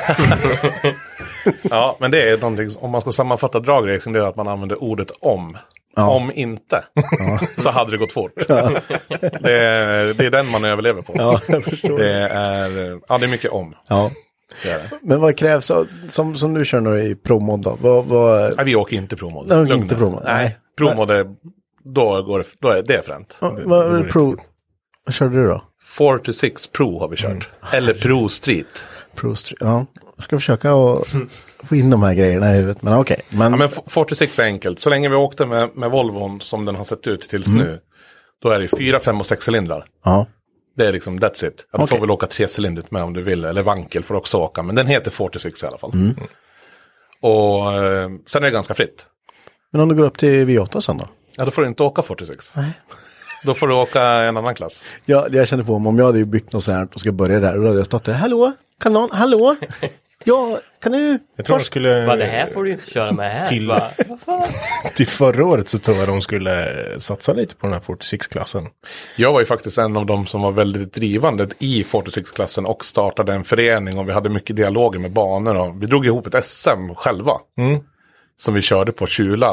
Ja, men det är någonting, om man ska sammanfatta dragracing, det är att man använder ordet om. Ja. Om inte, så hade det gått fort. det, är, det är den man överlever på. Ja, jag förstår. Det är, ja, det är mycket om. Ja. Det är det. Men vad krävs, som, som du kör nu i promod då? Vad, vad... Nej, vi åker inte promod. Nej, Lugn inte nu. promod. Nej, Nej. promod är, då går det, då är det är fränt. Ja, vad, vad, pro... vad körde du då? four to six Pro har vi kört. Eller Pro Street. Pro Street. Ja, jag ska försöka att få in de här grejerna i huvudet, men okej. Men... Ja, men four to six är enkelt. Så länge vi åkte med, med Volvon som den har sett ut tills Mm. nu, då är det fyra, fem och sex cylindrar. Ja. Det är liksom, that's it. Ja, du Okej. får väl åka trecylindrigt med om du vill, eller vankel får du också åka. Men den heter four to six i alla fall. Mm. Och eh, sen är det ganska fritt. Men om du går upp till V åtta sen då? Ja, då får du inte åka four to six. Nej. Då får du åka en annan klass. Ja, jag kände på mig, om jag hade ju byggt något sånt här och ska börja där, och då hade jag stått där, hallå, kan någon, hallå, ja, kan du? Jag tror de skulle... Vad det här får du ju inte köra med här. Till- Bara, vad fan? Till förra året så tror jag de skulle satsa lite på den här four to six-klassen. Jag var ju faktiskt en av dem som var väldigt drivande i four to six-klassen och startade en förening, och vi hade mycket dialoger med banor. Och vi drog ihop ett S M själva. Mm. Som vi körde på Kjula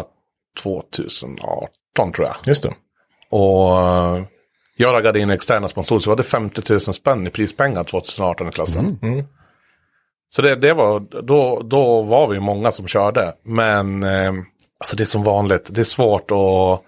tjugoarton tror jag. Just det. Och uh, jag raggade in externa sponsorer, så vi hade femtio tusen spänn i prispengar tjugoarton i klassen. Mm. Så det, det var, då, då var vi många som körde. Men eh, alltså det är som vanligt, det är svårt att,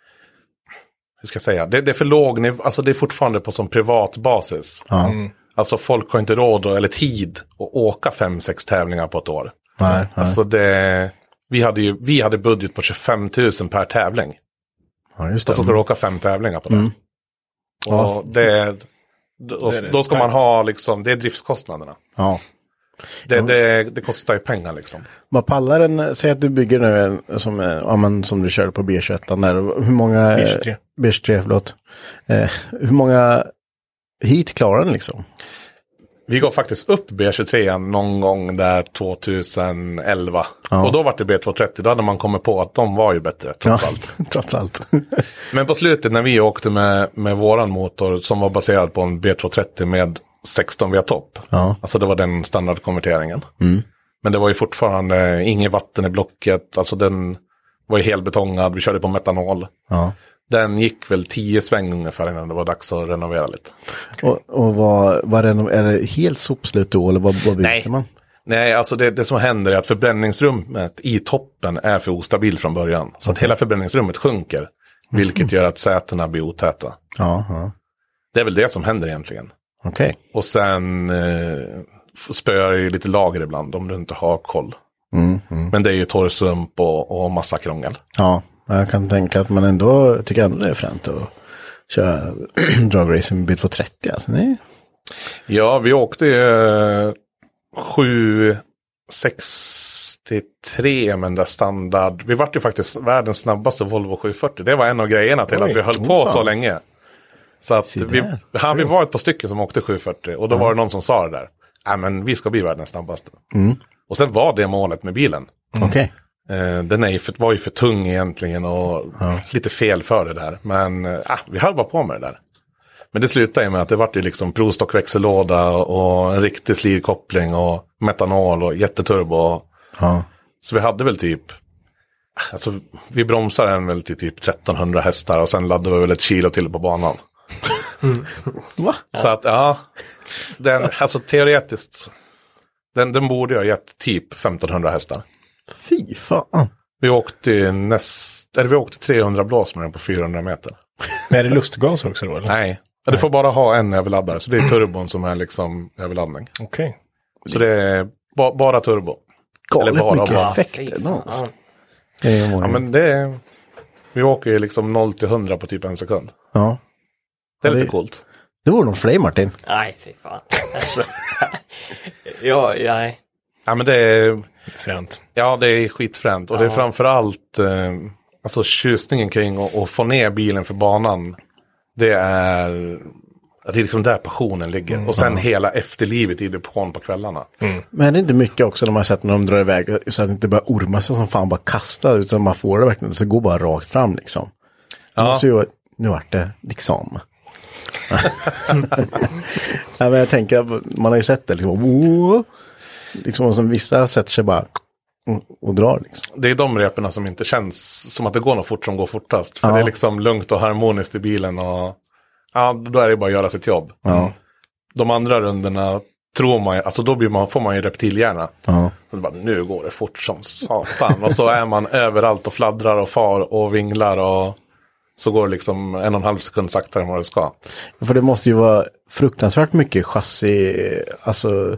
hur ska jag säga, det, det är för låg nivå, alltså det är fortfarande på som privat basis. Ja. Mm. Alltså folk har inte råd eller tid att åka fem, sex tävlingar på ett år. Nej, nej. Alltså det, vi hade ju, vi hade budget på tjugofem tusen per tävling. Ja, just det. Och så ska du åka fem tävlingar på det. Mm. Och Ja. det, då, Det är det. då ska man ha liksom, det är driftskostnaderna. Ja. Det, det, det kostar ju pengar liksom. Man pallar en, säg att du bygger nu en, som, eh, ja, men, som du körde på B tjugoett där, hur många... B tjugotre. B tjugotre, förlåt. Eh, hur många hit klarar den liksom? Vi gav faktiskt upp B tjugotre någon gång där tjugoelva. Ja. Och då var det B tvåhundratrettio. Då hade man kommit på att de var ju bättre, trots Ja, allt. trots allt. Men på slutet när vi åkte med, med våran motor som var baserad på en B tvåhundratrettio med sexton V-topp. Ja. Alltså det var den standardkonverteringen. Mm. Men det var ju fortfarande inget vatten i blocket. Alltså den var ju helbetongad. Vi körde på metanol. Ja. Den gick väl tio sväng ungefär innan det var dags att renovera lite. Och, och vad, vad är, det, är det helt sopslut då, eller vad, vad byter Nej. man? Nej, alltså det, det som händer är att förbränningsrummet i toppen är för ostabil från början. Så att hela förbränningsrummet sjunker. Vilket gör att sätena blir otäta. Ja, ja. Det är väl det som händer egentligen. Okej. Och sen eh, spöar ju lite lager ibland om du inte har koll. Mm, mm. Men det är ju torrsump och, och massa krångel. Ja, jag kan tänka att man ändå tycker ändå det är fränt att köra dragracing med B tvåhundratrettio. Alltså, nej. Ja, vi åkte ju eh, sju sextiotre med den där standard. Vi var ju faktiskt världens snabbaste Volvo sjuhundrafyrtio. Det var en av grejerna till Oj, att vi höll oh, på fan. så länge. Så att Se vi, där. ja, vi var ett par stycken som åkte sjuhundrafyrtio. Och då var det någon som sa det där. Nej, men vi ska bli världens snabbaste. Mm. Och sen var det målet med bilen. Okej. Eh, den är ju för, var ju för tung egentligen och lite fel för det där. Men eh, vi höll bara på med det där. Men det slutade ju med att det var ju liksom prostockväxellåda och en riktig slirkoppling och metanol och jätteturbo. Ja. Så vi hade väl typ, alltså vi bromsade den väl till typ trettonhundra hästar och sen laddade vi väl ett kilo till på banan. Va? Så att ja, den, alltså teoretiskt Den, den borde ha gett typ femtonhundra hästar. Fy fan. Vi åkte näst, eller vi åkte trehundra blås med den på fyrahundra meter. Är det lustgas också då? Eller? Nej, du får bara ha en överladdare. Så det är turbon som är liksom överladdning. Okej. Okay. Så det är ba, bara turbo. Galet eller bara mycket bara. effekter. Alltså. Ja, men det är... Vi åker ju liksom noll till hundra på typ en sekund. Ja. Det är ja, lite det, coolt. Det vore nog för dig, Martin. Nej, fy fan. Alltså, ja, nej. Ja, men det är... Fränt. Ja, det är skitfränt. Och ja. Det är framförallt eh, alltså tjusningen kring att få ner bilen för banan. Det är... Det är liksom där passionen ligger. Mm. Och sen mm. hela efterlivet i depån på kvällarna. Mm. Men är det inte mycket också när man har sett när de drar iväg så att det inte bara orma sig som fan bara kastar utan man får det verkligen så går bara rakt fram liksom. Ja. Måste ju, nu vart det liksom. Ja, men jag tänker man har ju sett det liksom. Oh, liksom som vissa sätter sig bara och, och drar liksom. Det är de reporna som inte känns som att det går något fort som går fortast. För ja. Det är liksom lugnt och harmoniskt i bilen och ja, då är det bara att göra sitt jobb. Ja. De andra rundorna tror man ju, alltså då blir man, får man ju reptilhjärna. Ja. Så bara, nu går det fort som satan. Och så är man överallt och fladdrar och far och vinglar och så går det liksom en och en halv sekund saktare än vad det ska. För det måste ju vara fruktansvärt mycket chassi, alltså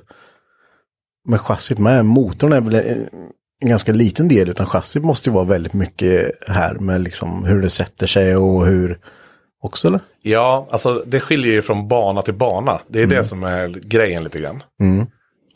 med chassit med. Motorn är väl en, en ganska liten del utan chassit måste ju vara väldigt mycket här med liksom hur det sätter sig och hur också, eller? Ja, alltså det skiljer ju från bana till bana. Det är mm. det som är grejen lite grann. Mm.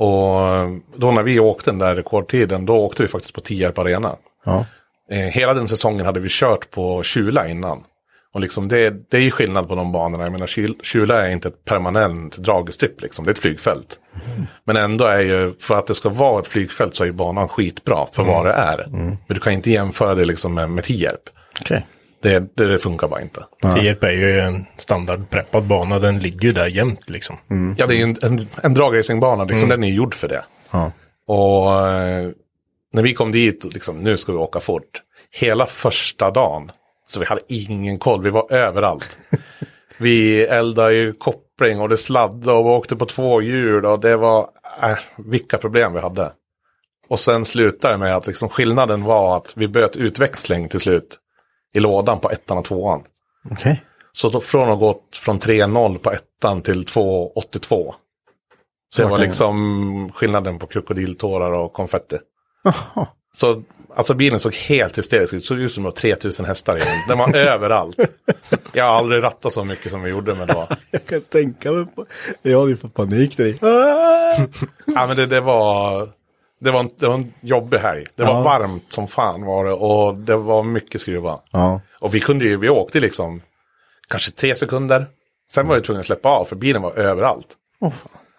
Och då när vi åkte den där rekordtiden, då åkte vi faktiskt på Tierp Arena. Ja. Eh, hela den säsongen hade vi kört på Kjula innan. Och liksom det, det är ju skillnad på de banorna. Jag menar, Kjula är inte ett permanent dragstripp liksom. Det är ett flygfält. Mm. Men ändå är ju, för att det ska vara ett flygfält så är ju banan skitbra för mm. vad det är. Mm. Men du kan inte jämföra det liksom med, med Tierp. Okej. Okay. Det, det, det funkar bara inte. Ja. Tierp är ju en standardpreppad bana. Den ligger ju där jämt liksom. Mm. Ja, det är ju en, en, en dragracingbana. Liksom, mm. Den är gjord för det. Ja. Och eh, när vi kom dit, liksom, nu ska vi åka fort. Hela första dagen. Så vi hade ingen koll. Vi var överallt. Vi eldade ju koppling och det sladdade och vi åkte på två hjul. Och det var äh, vilka problem vi hade. Och sen slutade det med att liksom, skillnaden var att vi böt utväxling till slut. I lådan på ettan och tvåan. Okej. Okay. Så då från att gått från tre noll på ettan till två åttiotvå. Så det var liksom skillnaden på krokodiltårar och konfetti. Aha. Så alltså bilen såg helt hysterisk ut. Såg ut som det var tre tusen hästar i den. Den var överallt. Jag har aldrig rattat så mycket som vi gjorde med då. Jag kan tänka mig på. Jag hade ju fått panik där. Ja, men det, det var... Det var, en, det var en jobbig helg. Det ja. var varmt som fan var det. Och det var mycket skruva. Ja. Och vi kunde ju, vi åkte liksom kanske tre sekunder. Sen var vi tvungna att släppa av för bilen var överallt. Oh.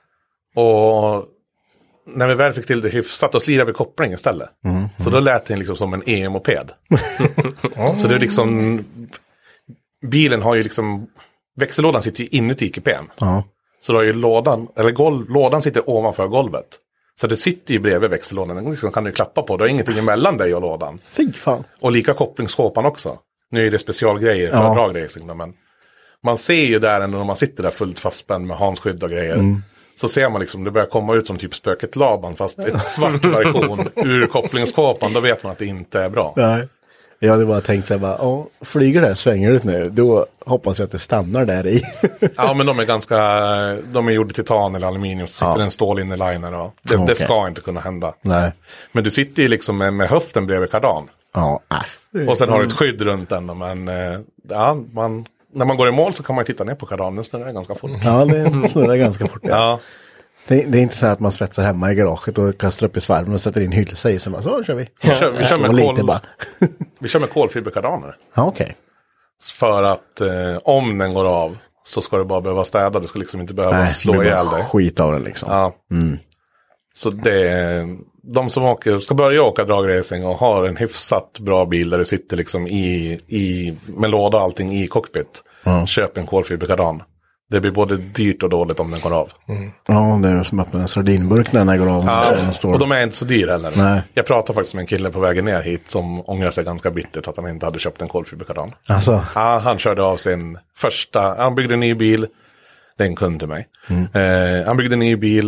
Och när vi väl fick till det hyfsat då slirade vi koppling istället. Mm. Mm. Så då lät det liksom som en E-moped. Så det är liksom, bilen har ju liksom, växellådan sitter ju inuti I K P M. Ja. Så då är ju lådan, eller golv, lådan sitter ovanför golvet. Så det sitter ju bredvid växellådan. Den liksom kan du klappa på. Du har ingenting emellan dig och lådan. Fy fan. Och lika kopplingskåpan också. Nu är det specialgrejer för ja. dragracing. Men man ser ju där ändå när man sitter där fullt fastspänd med handskydd och grejer. Mm. Så ser man liksom, det börjar komma ut som typ spöket Laban. Fast ett svart version ur kopplingskåpan. Då vet man att det inte är bra. Nej. Jag hade bara tänkt så här, bara, åh, flyger det svänger ut nu, då hoppas jag att det stannar där i. Ja, men de är ganska, de är gjorda i titan eller aluminium, så sitter ja. en stålinnerliner och det, okay. det ska inte kunna hända. Nej. Men du sitter ju liksom med, med höften bredvid kardan. Ja. Äh. Och sen har du ett skydd runt den, men ja, man, när man går i mål så kan man titta ner på kardan, den snurrar ganska fort. Ja, det snurrar ganska fort. Ja. ja. Det, det är inte så här att man svetsar hemma i garaget och kastar upp i svarven och sätter in hylsa i. Så, bara, så kör vi. Vi kör, vi kör, med, kol, bara. vi kör med kolfiberkardaner. Ja, okej. Okay. För att eh, om den går av så ska du bara behöva städa. Du ska liksom inte behöva Nej, slå ihjäl dig. Skit av den liksom. Ja. Mm. Så det är, de som åker, ska börja åka dragracing och har en hyfsat bra bil där du sitter liksom i, i med låda och allting i cockpit. Mm. Köp en kolfiberkardan. Det blir både dyrt och dåligt om den går av. Mm. Ja, det är som att en sardinburk när den går av. Ja, den står. Och de är inte så dyra heller. Nej. Jag pratade faktiskt med en kille på vägen ner hit som ångrar sig ganska bittert att han inte hade köpt en kolfiberkardan. Alltså. Ja, han körde av sin första, han byggde en ny bil. Det är en kund till mig. Mm. Eh, han byggde en ny bil.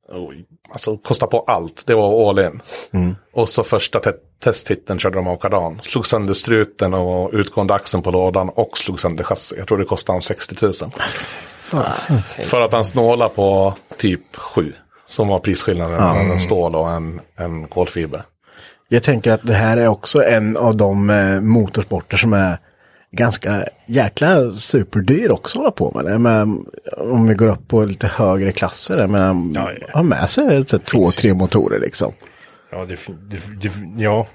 alltså kostade på allt. Det var all in. Mm. Och så första te- testhitten körde de av kardan. Slog sönder struten och utgående axeln på lådan och slog sönder chassi. Jag tror det kostade han sextio tusen. Ah, för att han snåla på typ sju. Som var prisskillnaden mellan mm. en stål och en, en kolfiber. Jag tänker att det här är också en av de eh, motorsporter som är ganska jäkla superdyr också att hålla på med det. Men om vi går upp på lite högre klasser, men ja, ja. har med sig så, två, tre motorer liksom. Ja, det, det, det, ja.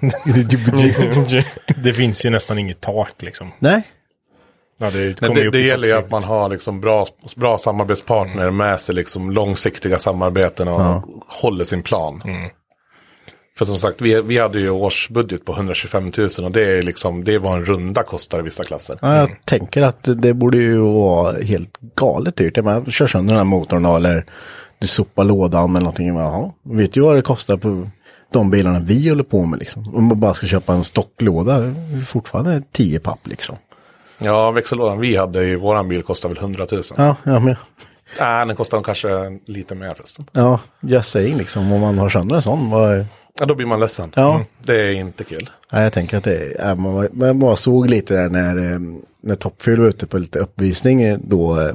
det, det finns ju nästan inget tak liksom. Nej. Ja, det, Nej, det, det gäller ju att man har liksom bra, bra samarbetspartner mm. med sig, liksom långsiktiga samarbeten och ja. håller sin plan. Mm. För som sagt, vi, vi hade ju årsbudget på hundratjugofem tusen och det, är liksom, det var en runda kostar i vissa klasser. Ja, jag mm. tänker att det borde ju vara helt galet dyrt. Man kör sönder den här motorn eller du sopar lådan eller någonting. Jaha, vet ju vad det kostar på de bilarna vi håller på med liksom. Om man bara ska köpa en stocklåda, det är fortfarande tio papp liksom. Ja, växellådan vi hade i våran bil kostar väl hundratusen. Ja, ja men... Nej, den kostar kanske lite mer förresten. Ja, jag säger liksom, om man har sönder en sån, vad är... Ja, då blir man ledsen. Ja. Mm. Det är inte kul. Ja, jag tänker att det är... Man, man bara såg lite där när, när Toppfuel var ute på lite uppvisning då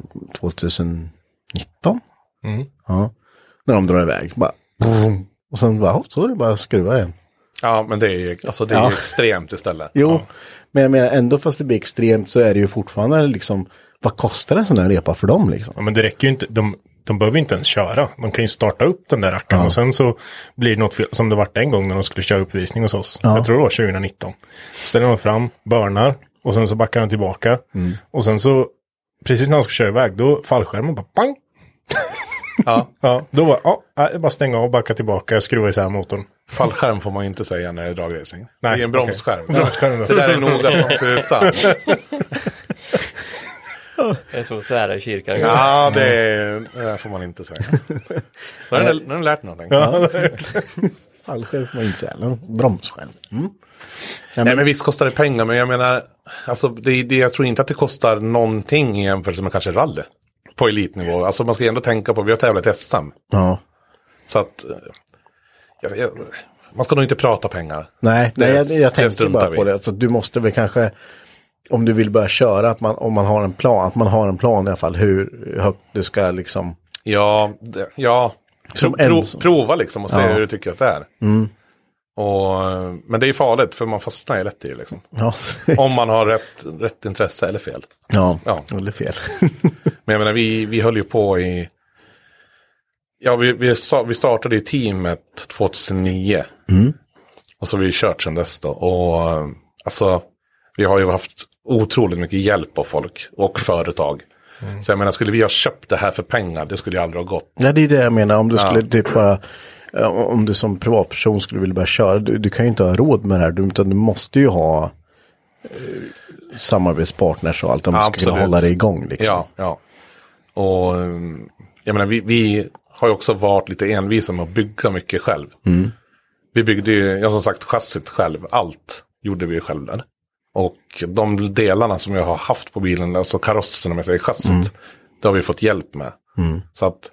tjugonitton. Mm. Ja. När de drar iväg. Bara... Mm. Och sen bara, så är det bara att skruva igen. Ja, men det är, alltså, det är ja. extremt istället. Jo, ja. men jag menar ändå fast det blir extremt så är det ju fortfarande liksom, vad kostar en sån där repa för dem liksom? Ja, men det räcker ju inte, de, de behöver inte ens köra. De kan ju starta upp den där rackaren ja. och sen så blir det något fel, som det var en gång när de skulle köra uppvisning hos oss. Ja. Jag tror det var tjugonitton. Ställer de fram, börnar och sen så backar de tillbaka. Mm. Och sen så, precis när de ska köra iväg, då fallskärmen bara pang! Ja. ja, då var ja, jag bara stänga av, backa tillbaka, skruva isär motorn. Fallskärm får man inte säga när det är dragracing. Nej, det är en bromsskärm. Okay. bromsskärm det där är noga som tusan. Det är som att svära i kyrkan. Ja, det, är, det får man inte säga. Nu har du lärt någonting. Ja. Fallskärm får man inte säga. Bromsskärm. Mm. Ja, men... Nej, men visst kostar det pengar, men jag menar, alltså, det, det, jag tror inte att det kostar någonting i jämförelse med kanske rally. På elitnivå. Alltså man ska ändå tänka på, vi har tävlat i S M. Ja. Så att, jag, jag, man ska nog inte prata pengar. Nej, det, nej jag, jag tänker bara vi. på det. Alltså, du måste väl kanske, om du vill börja köra, att man, om man har en plan, att man har en plan i alla fall, hur högt du ska liksom... Ja, det, ja. Som Pro, ens... Prova liksom och se ja. hur du tycker att det är. Mm. Och, men det är farligt för man fastnar ju lätt i det liksom. Ja. Om man har rätt, rätt intresse eller fel. Ja, ja. eller fel. Men jag menar, vi, vi höll ju på i... Ja, vi, vi, vi startade i teamet tjugohundranio. Mm. Och så har vi kört sedan dess då. Och alltså, vi har ju haft otroligt mycket hjälp av folk och företag. Mm. Så jag menar, skulle vi ha köpt det här för pengar, det skulle ju aldrig ha gått. Ja, det är det jag menar. Om du skulle ja. typ bara... Om du som privatperson skulle vilja börja köra, du, du kan ju inte ha råd med det här, du, utan du måste ju ha eh, samarbetspartners och allt om ja, du ska kunna hålla det igång. Liksom. Ja, ja. Och jag menar, vi, vi har ju också varit lite envisa med att bygga mycket själv. Mm. Vi byggde ju, jag som sagt, chassit själv. Allt gjorde vi själv där. Och de delarna som jag har haft på bilen, alltså karossen om jag säger chassit, mm. det har vi fått hjälp med. Mm. Så att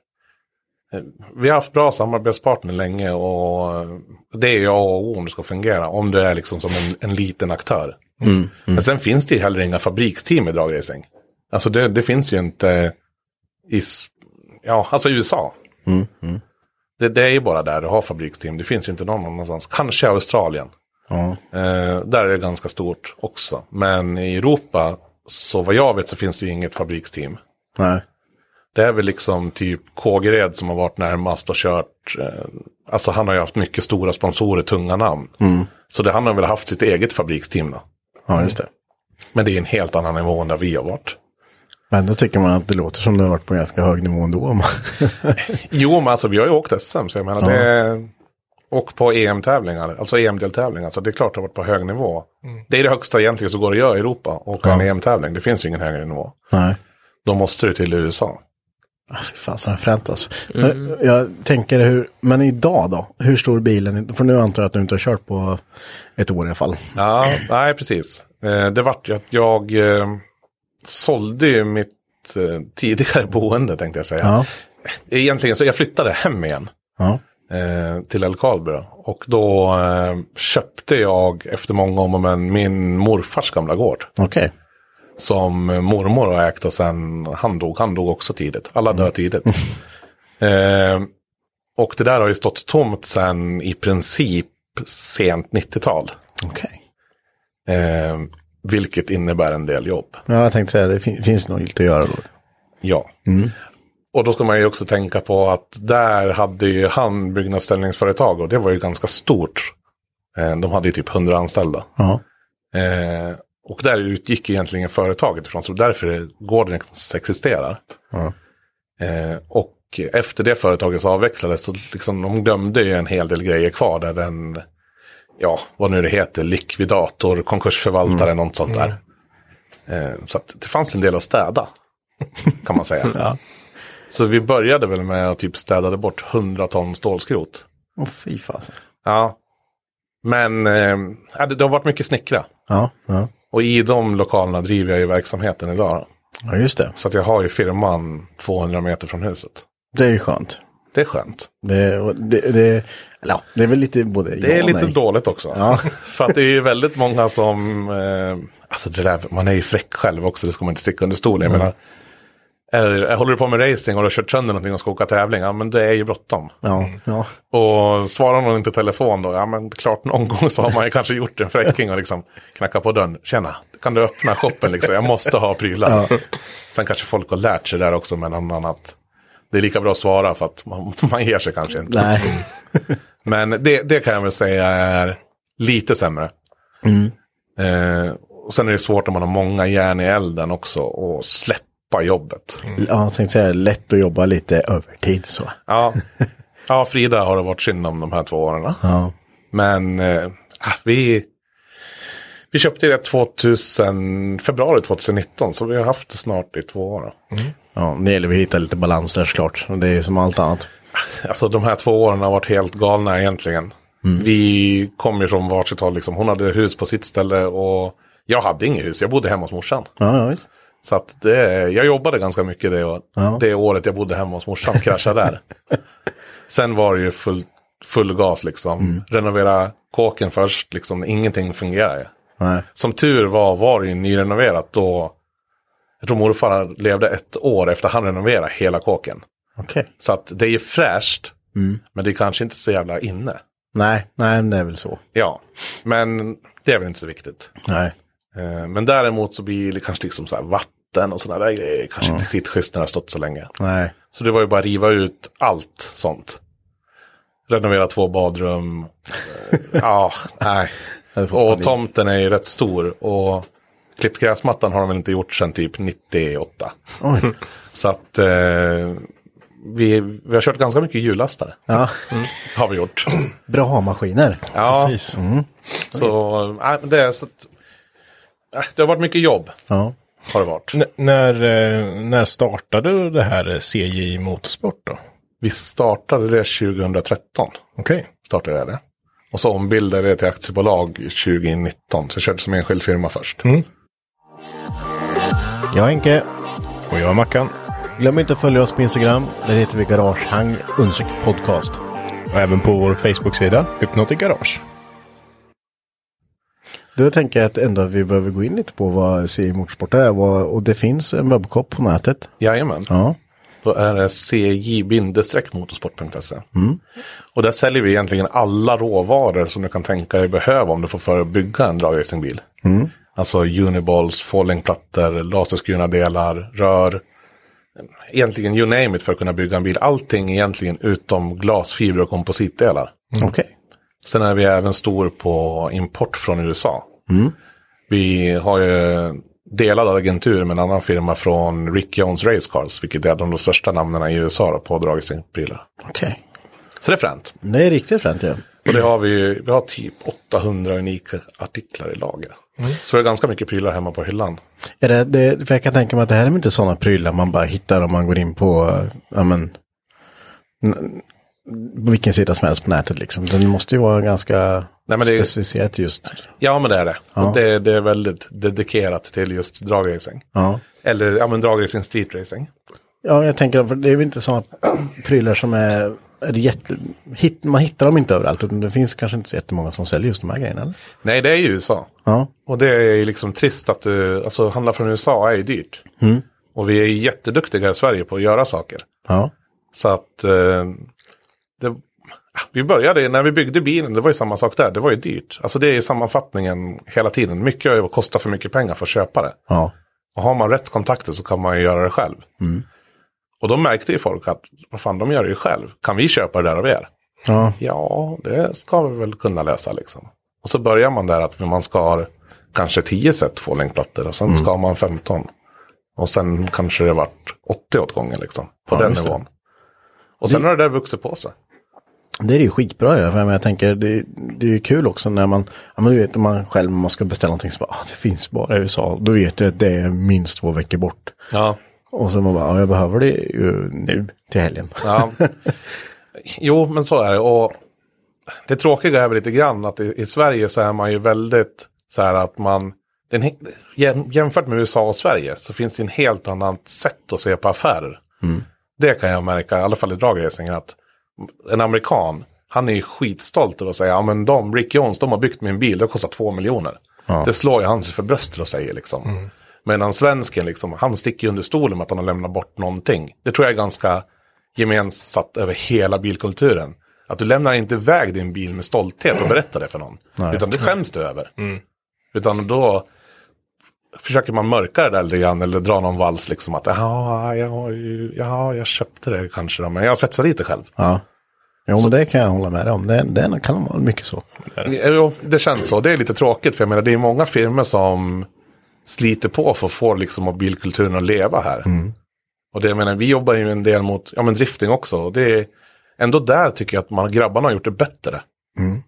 vi har haft bra samarbetspartner länge och det är ju A och O om det ska fungera. Om du är liksom som en, en liten aktör. Mm, mm. Men sen finns det ju heller inga fabriksteam i dragracing. Alltså det, det finns ju inte i, ja, alltså i U S A. Mm, mm. Det, det är ju bara där du har fabriksteam. Det finns ju inte någon annanstans. Kanske Australien. Mm. Eh, där är det ganska stort också. Men i Europa, så vad jag vet så finns det ju inget fabriksteam. Nej. Det är väl liksom typ Kågered som har varit närmast och kört. Eh, alltså han har ju haft mycket stora sponsorer, tunga namn. Mm. Så det, han har väl haft sitt eget fabriksteam då. Ja, just det. Men det är en helt annan nivå än där vi har varit. Men då tycker man att det låter som det har varit på ganska hög nivå ändå. Jo, men alltså vi har ju åkt S M, så jag menar ja. det är... Och på E M-tävlingar, alltså E M-deltävlingar, så det är klart att det har varit på hög nivå. Mm. Det är det högsta egentligen som går att göra i Europa, och ja. en E M-tävling, det finns ju ingen högre nivå. Nej. Då måste du till U S A. Ah, fy fan, så är det fränt alltså. Mm. Jag, jag tänker hur, men idag då? Hur stor bilen? För nu antar jag att du inte har kört på ett år i alla fall. Ja, nej precis. Eh, det vart ju att jag eh, sålde ju mitt eh, tidigare boende, tänkte jag säga. Ja. egentligen så jag flyttade hem igen. Ja. Eh, till Älvkarleby. Och då eh, köpte jag efter många om och men min morfars gamla gård. Okej. Okay. Som mormor har ägt och sen han dog. Han dog också tidigt. Alla dör tidigt. eh, och det där har ju stått tomt sen i princip sent nittiotal. Okej. Okay. Eh, vilket innebär en del jobb. Ja, jag tänkte säga det fin- finns nog lite att göra då. Ja. Mm. Och då ska man ju också tänka på att där hade ju han byggnadsställningsföretag och det var ju ganska stort. Eh, de hade ju typ hundra anställda. Ja. Eh, och där utgick egentligen företaget ifrån, så därför gården existerar. Ja. Eh, och efter det företaget så avvecklades så liksom de glömde ju en hel del grejer kvar där den, ja vad nu det heter, likvidator, konkursförvaltare, mm. något sånt där. Eh, så att det fanns en del att städa, kan man säga. Ja. Så vi började väl med att typ städade bort hundra ton stålskrot. Åh fy fasen. Ja. Men eh, det, det har varit mycket snickra. Ja, ja. Och i de lokalerna driver jag ju verksamheten idag. Ja, just det. Så att jag har ju firman tvåhundra meter från huset. Det är ju skönt. Det är skönt. Det, det, det, eller, ja, det är väl lite både det är ja, lite nej. dåligt också. Ja. För att det är ju väldigt många som, eh, alltså det där, man är ju fräck själv också, det ska man inte sticka under stolen. Mm. Jag menar, är, håller du på med racing och du har kört sönder någonting och ska åka tävling, ja men det är ju bråttom. Ja, ja. Och svarar någon inte telefon då, ja men klart någon gång så har man ju kanske gjort en fräcking och liksom knacka på dörren. Tjena, kan du öppna shoppen liksom, jag måste ha prylar. Ja. Sen kanske folk har lärt sig där också med någon annat. Det är lika bra att svara för att man, man ger sig kanske inte. Nej. Men det, det kan jag väl säga är lite sämre. Mm. Eh, och sen är det svårt om man har många järn i elden också och släppa jobbet. Mm. Ja, jag tänkte säga lätt att jobba lite övertid så. Ja, ja Frida har det varit synd om de här två åren. Ja. Men eh, vi, vi köpte det tvåtusen, februari tjugonitton, så vi har haft det snart i två år. Mm. Ja, det gäller att hitta lite balans där såklart. Det är ju som allt annat. Alltså de här två åren har varit helt galna egentligen. Mm. Vi kom ju från varsitt håll liksom. Hon hade hus på sitt ställe och jag hade inget hus. Jag bodde hemma hos morsan. Ja, ja visst. Så att det, jag jobbade ganska mycket det, och ja. det året jag bodde hemma hos morsan, kraschade där. Sen var det ju full, full gas liksom. Mm. Renovera kåken först, liksom ingenting fungerade. Nej. Som tur var var det ju nyrenoverat då. Jag tror morfar levde ett år efter han renoverade hela kåken. Okay. Så att det är fräscht, mm. men det är kanske inte så jävla inne. Nej, nej, det är väl så. Ja, men det är väl inte så viktigt. Nej. Eh, men däremot så blir det kanske liksom så här vatten och sådana där grejer. Kanske mm. inte skitschysst när det har stått så länge. Nej. Så det var ju bara att riva ut allt sånt. Renovera två badrum. Ja, nej. Och tomten är ju rätt stor och klippt gräsmattan har de väl inte gjort sedan typ nittioåtta. Oj. Så att eh, vi, vi har kört ganska mycket hjullastare. Ja. Mm. Har vi gjort. Bra maskiner. Ja. Precis. Mm. Så, äh, det, är, så att, äh, det har varit mycket jobb. Ja. Har det varit. N- när, när startade det här C J Motorsport då? Vi startade det tjugohundratretton. Okej. Okay. Startade det. Och så ombildade det till aktiebolag tjugonitton. Så jag körde som enskild firma först. Mm. Jag är Henke. Och jag är Mackan. Glöm inte att följa oss på Instagram. Där heter vi Garagehang understreck podcast. Och även på vår Facebook-sida Hypnotic Garage. Då tänker jag att ändå vi behöver gå in lite på vad C J Motorsport är. Och det finns en webbshop på nätet. Jajamän. Ja. Då är det c j motorsport punkt se. Mm. Och där säljer vi egentligen alla råvaror som du kan tänka dig behöva om du får för att bygga en dragracingbil. Mm. Alltså uniballs, fålängdplattor, laserskurna delar, rör. Egentligen you name it för att kunna bygga en bil. Allting egentligen utom glasfiber och kompositdelar. Mm. Okej. Okay. Sen är vi även stor på import från U S A. Mm. Vi har ju delad agentur med en annan firma från Rick Jones Race Cars, vilket är de största namnen i U S A på dragracingprylar. Okej. Okay. Så det är fränt. Det är riktigt fränt, ja. Och det har vi, vi har typ åttahundra unika artiklar i lager. Mm. Så det är ganska mycket prylar hemma på hyllan. Är det, det, för jag kan tänka mig att det här är inte sådana prylar man bara hittar om man går in på, ja men, vilken sida som helst på nätet liksom. Den måste ju vara ganska Nej, men det är, specificerat just. Ja, men det är det. Ja. Och det, det är väldigt dedikerat till just dragracing. Ja. Eller, ja men dragracing, street racing. Ja, jag tänker, för det är väl inte sådana prylar som är, är jätte, hit, man hittar dem inte överallt, utan det finns kanske inte så jättemånga som säljer just de här grejerna, eller? Nej, det är ju U S A. Ja. Och det är ju liksom trist att du, alltså handla från U S A är ju dyrt. Mm. Och vi är jätteduktiga i Sverige på att göra saker. Ja. Så att eh, det, vi började, när vi byggde bilen, det var ju samma sak där, det var ju dyrt. Alltså det är ju sammanfattningen hela tiden. Mycket kostar för mycket pengar för att köpa det. Ja. Och har man rätt kontakter så kan man ju göra det själv. Mm. Och då märkte ju folk att, vad fan, de gör det ju själv. Kan vi köpa det där av er? Ja. Ja, det ska vi väl kunna lösa liksom. Och så börjar man där att man ska ha kanske tio set tvålängdplattor och sen mm. ska man femton. Och sen kanske det varit åttio åt gången liksom. På ja, den nivån. Och sen det, har det där vuxit på sig. Det är ju skitbra. Ja, för jag tänker, det, det är kul också när man, ja, men du vet, om man själv man ska beställa någonting så bara, ah, det finns bara i U S A. Då vet du att det är minst två veckor bort. Ja. Och så man bara, ja, jag behöver det ju nu till helgen. Ja. Jo, men så är det. Och det tråkiga är väl lite grann att i, i Sverige så är man ju väldigt så här att man, den, jämfört med U S A och Sverige så finns det en helt annat sätt att se på affärer. Mm. Det kan jag märka, i alla fall i dragracingen, att en amerikan, han är ju skitstolt över att säga, ja men de, Rick Jones, de har byggt min bil, det kostar två miljoner. Ja. Det slår ju han sig för bröstet och säger liksom. Mm. Medan svensken liksom, han sticker ju under stolen med att han har lämnat bort någonting. Det tror jag är ganska gemensamt över hela bilkulturen. Att du lämnar inte iväg din bil med stolthet och berättar det för någon. Nej. Utan det skäms du över. Mm. Utan då försöker man mörka det där lite grann eller dra någon vals liksom att ja, jag, ja, jag köpte det kanske då, men jag svetsar lite själv. Ja. Jo, så, men det kan jag hålla med om. Det, det kan vara mycket så. Jo, det känns så. Det är lite tråkigt, för jag menar, det är många firmor som sliter på för att få liksom mobilkulturen att leva här. Mm. Och det, jag menar, vi jobbar ju en del mot ja, men drifting också. Och det är ändå där tycker jag att man, grabbarna har gjort det bättre. Mm.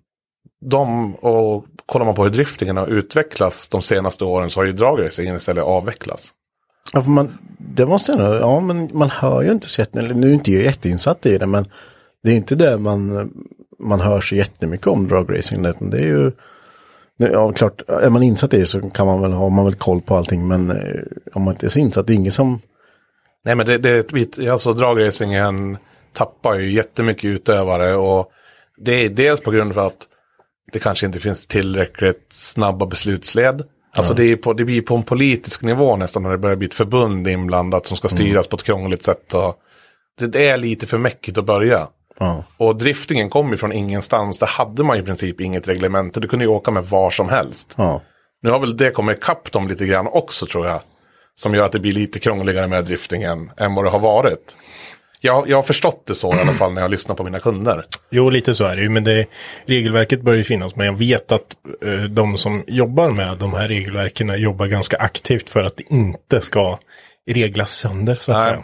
De, och kollar man på hur driftingen har utvecklats de senaste åren, så har ju dragracingen istället avvecklats. Ja, för man, det måste jag nog, ja, men man hör ju inte så jätte, eller nu är inte jag jätteinsatt i det, men det är inte det man, man hör så jättemycket om dragracing. Det är ju, ja klart, är man insatt i det så kan man väl ha man väl koll på allting, men om man inte är så insatt, det är inget som... Nej, men det, det alltså dragracingen tappar ju jättemycket utövare, och det är dels på grund av att det kanske inte finns tillräckligt snabba beslutsled. Alltså ja. det, är på, det blir på en politisk nivå nästan när det börjar bli ett förbund inblandat som ska styras mm. på ett krångligt sätt. Och det, det är lite för mäckigt att börja. Ja. Och driftingen kom ju från ingenstans. Där hade man i princip inget reglement. Du kunde ju åka med var som helst. Ja. Nu har väl det kommit ikapp dem lite grann också, tror jag. Som gör att det blir lite krångligare med driftingen än vad det har varit. Jag, jag har förstått det så i alla fall när jag lyssnar på mina kunder. Jo, lite så är det ju, men det, regelverket börjar ju finnas. Men jag vet att uh, de som jobbar med de här regelverken jobbar ganska aktivt för att det inte ska reglas sönder, så att Nej. säga.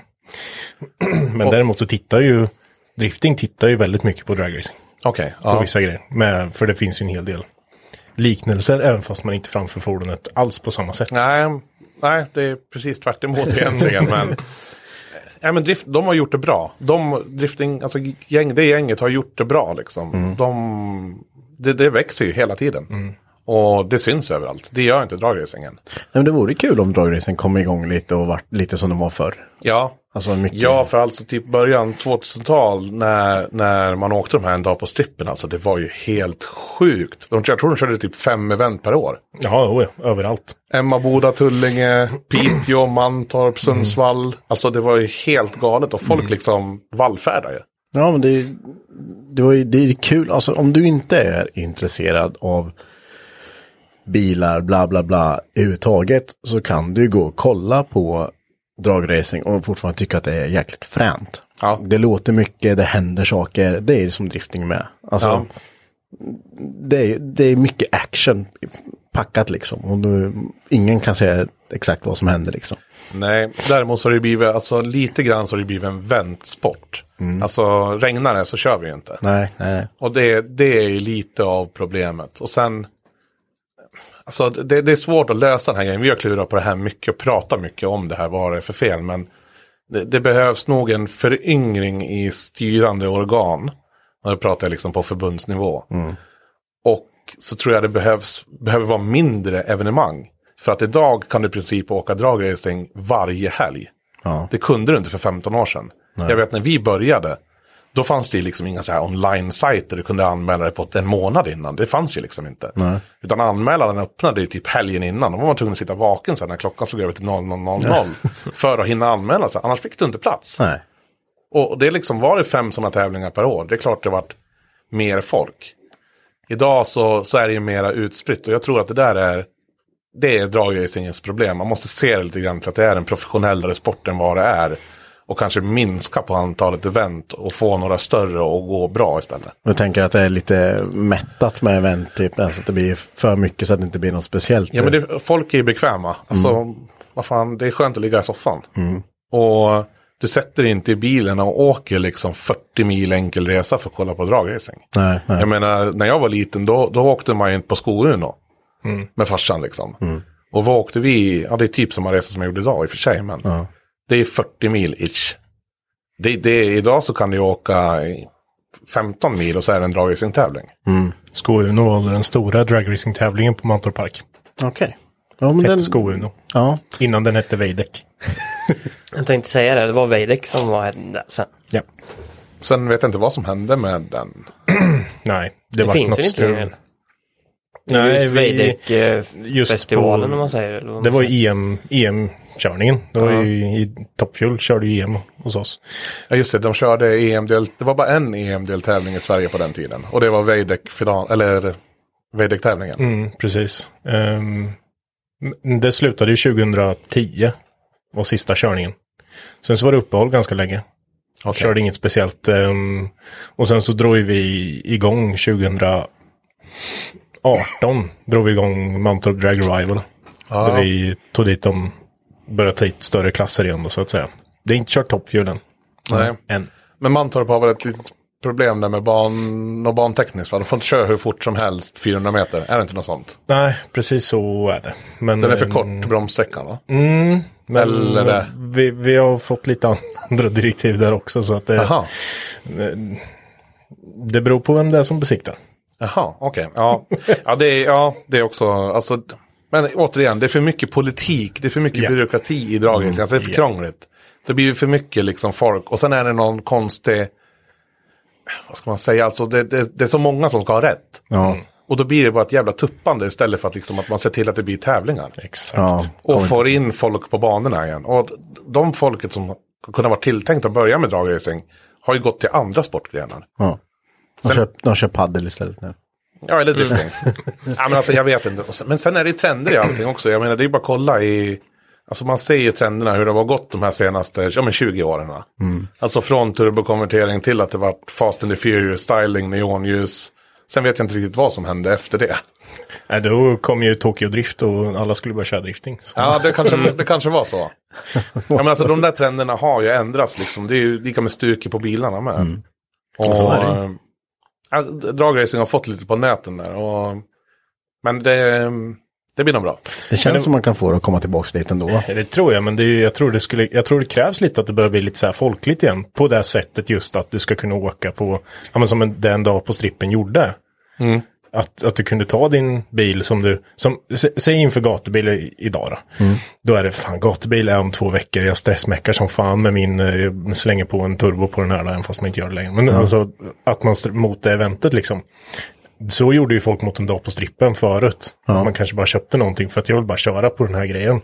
Men och, däremot så tittar ju drifting tittar ju väldigt mycket på dragracing. Okej. Okay, på ja. vissa grejer. Men, för det finns ju en hel del liknelser, även fast man inte framför fordonet alls på samma sätt. Nej, nej det är precis tvärt emot egentligen, men... Ja, men drift, de har gjort det bra. De, drifting, alltså gäng, det gänget har gjort det bra liksom. Mm. De, det, det växer ju hela tiden. Mm. Och det syns överallt. Det gör inte dragracingen. Men det vore kul om dragracing kom igång lite och var lite som de var förr. Ja. Alltså mycket... Ja, för alltså typ början tvåtusental när, när man åkte de här en dag på strippen. Alltså det var ju helt sjukt. De, jag tror de körde typ fem event per år. Ja, oh ja, överallt. Emmaboda, Tullinge, Piteå, Mantorp, Sundsvall. Mm. Alltså det var ju helt galet och folk mm. liksom vallfärdar ju. Ja, men det, det, var ju, det är kul. Alltså om du inte är intresserad av bilar, bla bla bla, överhuvudtaget, så kan du gå och kolla på dragracing och fortfarande tycka att det är jäkligt fränt. Ja. Det låter mycket, det händer saker, det är som drifting med. Alltså, ja. det, är, det är mycket action packat liksom, och du, ingen kan säga exakt vad som händer liksom. Nej, däremot så har det blivit, alltså lite grann så har det blivit en väntsport. Mm. Alltså regnar det så kör vi inte. Nej, nej. Och det, det är ju lite av problemet. Och sen alltså det, det är svårt att lösa den här grejen. Vi har klurat på det här mycket och pratat mycket om det här, vad det är för fel. Men det, det behövs nog en föryngring i styrande organ. Och det pratar jag liksom på förbundsnivå. Mm. Och så tror jag det behövs, behöver vara mindre evenemang. För att idag kan du i princip åka dragracing varje helg. Ja. Det kunde du inte för femton år sedan. Nej. Jag vet när vi började, då fanns det ju liksom inga så här online-sajter du kunde anmäla dig på en månad innan. Det fanns ju liksom inte. Nej. Utan anmälan öppnade ju typ helgen innan. Då var man tvungen att sitta vaken så här, när klockan slog över till noll noll noll noll för att hinna anmäla sig. Annars fick du inte plats. Nej. Och det liksom var det fem sådana tävlingar per år. Det är klart det varit mer folk. Idag så, så är det ju mera utspritt. Och jag tror att det där är, det är dragracingens problem. Man måste se det lite grann till att det är en professionellare sport än vad det är. Och kanske minska på antalet event och få några större och gå bra istället. Jag tänker att det är lite mättat med event typ. Alltså att det blir för mycket så att det inte blir något speciellt. Ja men det, folk är ju bekväma. Alltså mm. vad fan, det är skönt att ligga i soffan. Mm. Och du sätter inte i bilen och åker liksom fyrtio mil enkel resa för att kolla på dragracing. Nej, nej. Jag menar, när jag var liten då, då åkte man ju på Skoruno. Mm. Med farsan liksom. Mm. Och vad åkte vi? Ja det är typ samma resa som jag gjorde idag i och för sig. Men ja. Det är fyrtio mil ish. Det, det, idag så kan du åka femton mil och så är det en dragracing-tävling. Mm. Skoruno var den stora dragracing-tävlingen på Mantorp Park. Okej. Okay. Ja, men den... den... Skoruno. Ja. Innan den hette Weidek. Jag tänkte säga det, det var Weidek som var där sen. Ja. Sen vet jag inte vad som hände med den. Nej, det, det var finns något ju inte strul. Nej, just Weidek-festivalen på, om man säger. Eller det var E M, E M-körningen. Det var ja. ju i Toppfuel körde ju E M hos oss. Ja just det, de körde E M-del. Det var bara en E M-deltävling i Sverige på den tiden. Och det var Weidek-final, eller Weidek-tävlingen. Mm, precis. Um, det slutade ju tjugohundratio. Var sista körningen. Sen så var det uppehåll ganska länge. Okay. Körde inget speciellt. Um, och sen så drog vi igång tjugohundraarton. Drog vi igång Mantorp Drag Revival. Ah. Där vi tog dit de började ta hit större klasser igen då, så att säga. Det är inte kört Toppfuel än. Nej. Än. Men Mantorp har väl ett litet problem där med ban och bantekniskt. Va? De får inte köra hur fort som helst, fyrahundra meter. Är det inte något sånt? Nej, precis så är det. Men, den är för kort, bromssträckan va? Mm, men eller det? Vi, vi har fått lite andra direktiv där också. Så att det, Aha. det beror på vem det är som besiktar. Jaha, okej. Okay. Ja. Ja, det är, ja, det är också... Alltså, men återigen, det är för mycket politik. Det är för mycket yeah. byråkrati i dragracing. Mm, alltså det är för yeah. krångligt. Det blir för mycket liksom folk. Och sen är det någon konstig... Vad ska man säga? Alltså det, det, det är så många som ska ha rätt. Ja. Och då blir det bara ett jävla tuppande istället för att, liksom, att man ser till att det blir tävlingar. Exakt. Ja, och får in folk på banorna igen. Och de folket som kunde vara tilltänkt att börja med dragracing har ju gått till andra sportgrenar. Ja. De, sen, kör, de kör paddel istället nu. Ja, eller drifting. Ja, men alltså jag vet inte. Men sen är det trender i allting också. Jag menar, det är bara att kolla i... Alltså man ser ju trenderna hur det har gått de här senaste ja, men tjugo åren. Mm. Alltså från turbokonvertering till att det var Fast and the Furious, styling, neonljus. Sen vet jag inte riktigt vad som hände efter det. Nej, då kom ju Tokyo Drift och alla skulle börja köra drifting. Så. Ja, det kanske, det kanske var så. Ja, men alltså de där trenderna har ju ändrats liksom. Det är ju lika med styrke på bilarna med. Mm. Och, så är det. Ja, dragracing har fått lite på näten där. Och, men det... Det blir nog bra. Det känns det, som man kan få det att komma tillbaka lite ändå. Det tror jag, men det är, jag, tror det skulle, jag tror det krävs lite att det börjar bli lite så här folkligt igen. På det sättet just att du ska kunna åka på, ja men som en, den dag på strippen gjorde. Mm. Att, att du kunde ta din bil som du, som, säg inför gatubil i, idag då. Mm. Då är det fan, gatubil är om två veckor, jag stressmäckar som fan med min, jag slänger på en turbo på den här där, fast man inte gör det längre. Men mm. alltså, att man mot det eventet liksom. Så gjorde ju folk mot en dag på strippen förut. Ja. Man kanske bara köpte någonting för att jag vill bara köra på den här grejen.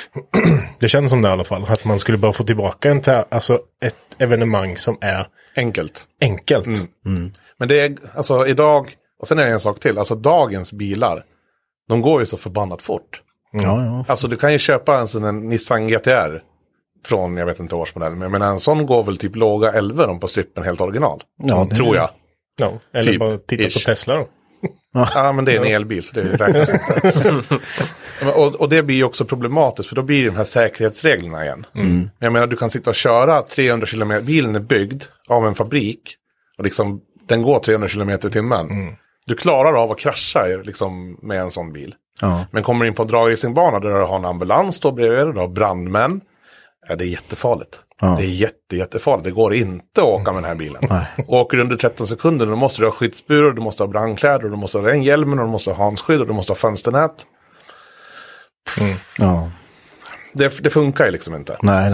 Det känns som det i alla fall. Att man skulle bara få tillbaka en ta- alltså ett evenemang som är enkelt. Enkelt. Mm. Mm. Men det är alltså idag, och sen är det en sak till. Alltså dagens bilar, de går ju så förbannat fort. Mm. Ja, ja. Alltså du kan ju köpa en sån en Nissan G T R från, jag vet inte årsmodell. Men jag menar, en sån går väl typ låga elva på strippen helt original. Ja, det tror jag. Ja, eller typ, bara titta ish. på Tesla då. Ja, men det är en elbil så det räknas inte. och, och det blir ju också problematiskt för då blir det de här säkerhetsreglerna igen. Mm. Jag menar, du kan sitta och köra trehundra kilometer, bilen är byggd av en fabrik och liksom, den går trehundra kilometer i timmen. Mm. Du klarar av att krascha liksom, med en sån bil. Ja. Men kommer in på en dragracingbana där du har en ambulans då bredvid, du har brandmän. Ja, det är jättefarligt. Ja. Det är jätte, jättefarligt. Det går inte att åka med den här bilen. Nej. Åker du under tretton sekunder, då måste du ha skyddsburor, du måste ha brandkläder, du måste ha regnhjälmen, och du måste ha handskydd och du måste ha fönsternät. Mm. Ja. Det, det funkar ju liksom inte. Nej, nej.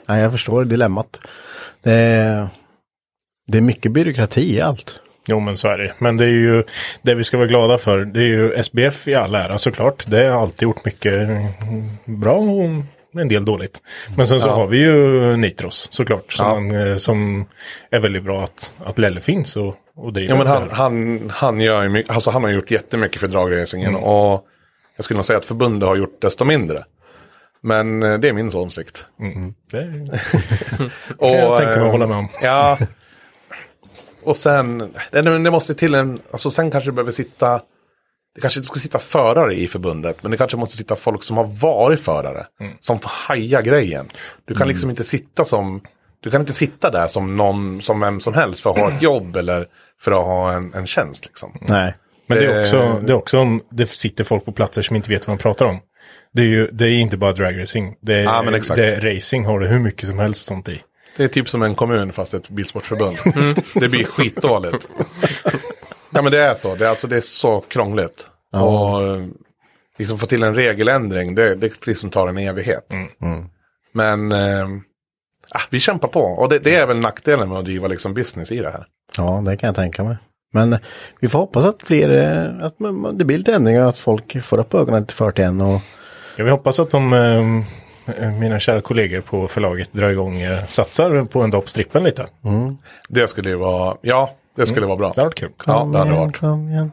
Nej, jag förstår dilemmat. Det är, det är mycket byråkrati i allt. Jo, men så är det. Men det är ju det vi ska vara glada för. Det är ju S B F i all ära såklart. Det har alltid gjort mycket bra och en del dåligt. Men sen så ja. har vi ju Nitros såklart. Som, ja. som är väldigt bra att, att Lelle finns och, och driver. Ja, men han, han, han, gör ju mycket, alltså han har gjort jättemycket för dragracingen. Mm. Och jag skulle nog säga att förbundet har gjort desto mindre. Men det är min åsikt. Mm. Det och, kan jag tänka mig att hålla med om. Ja. Och sen, det, det måste till en, alltså sen kanske det behöver sitta, det kanske inte ska sitta förare i förbundet, men det kanske måste sitta folk som har varit förare, mm. som får haja grejen. Du kan mm. liksom inte sitta som, du kan inte sitta där som någon, som vem som helst för att ha ett jobb eller för att ha en, en tjänst liksom. Nej. Men det är också, det är också om det sitter folk på platser som inte vet vad de pratar om. Det är ju, det är inte bara dragracing. Det är, ja, men exakt. Det är racing, har det hur mycket som helst sånt i. Det är typ som en kommun fast ett bilsportförbund. Mm. Det blir skitdåligt. Ja, men det är så. Det är, alltså, det är så krångligt. Ja. Och liksom få till en regeländring, det, det liksom tar en evighet. Mm. Mm. Men äh, vi kämpar på. Och det, det är väl nackdelen med att driva liksom business i det här. Ja, det kan jag tänka mig. Men vi får hoppas att fler, att det blir lite ändringar, att folk får upp ögonen till fyrtio igen. Och... Ja, vi hoppas att de... Äh... mina kära kollegor på förlaget drar igång eh, satsar på en doppstrippen lite. Mm. Det skulle ju vara, ja, det skulle mm. vara bra. Det hade varit kul. Ja, det hade varit. Mm.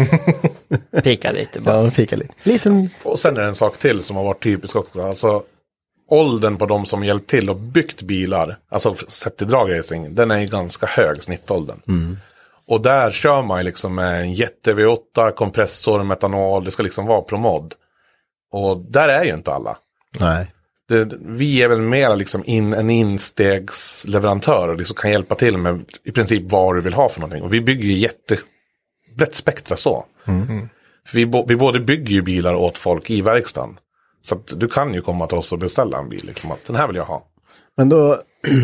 Pika lite bara. Ja, pika lite. Liten... Och sen är det en sak till som har varit typisk också. Alltså, åldern på de som hjälpt till och byggt bilar, alltså sett till dragracing, den är ju ganska hög, snittåldern. Mm. Och där kör man liksom med en jätte V åtta, kompressor, metanol, det ska liksom vara promod. Och där är ju inte alla. Nej. Det, vi är väl mer liksom in, en instegsleverantör och liksom kan hjälpa till med i princip vad du vill ha för någonting. Och vi bygger ju jättebrett spektra så. Mm. För vi, vi både bygger ju bilar åt folk i verkstaden. Så att du kan ju komma till oss och beställa en bil. Liksom, att den här vill jag ha. Men då,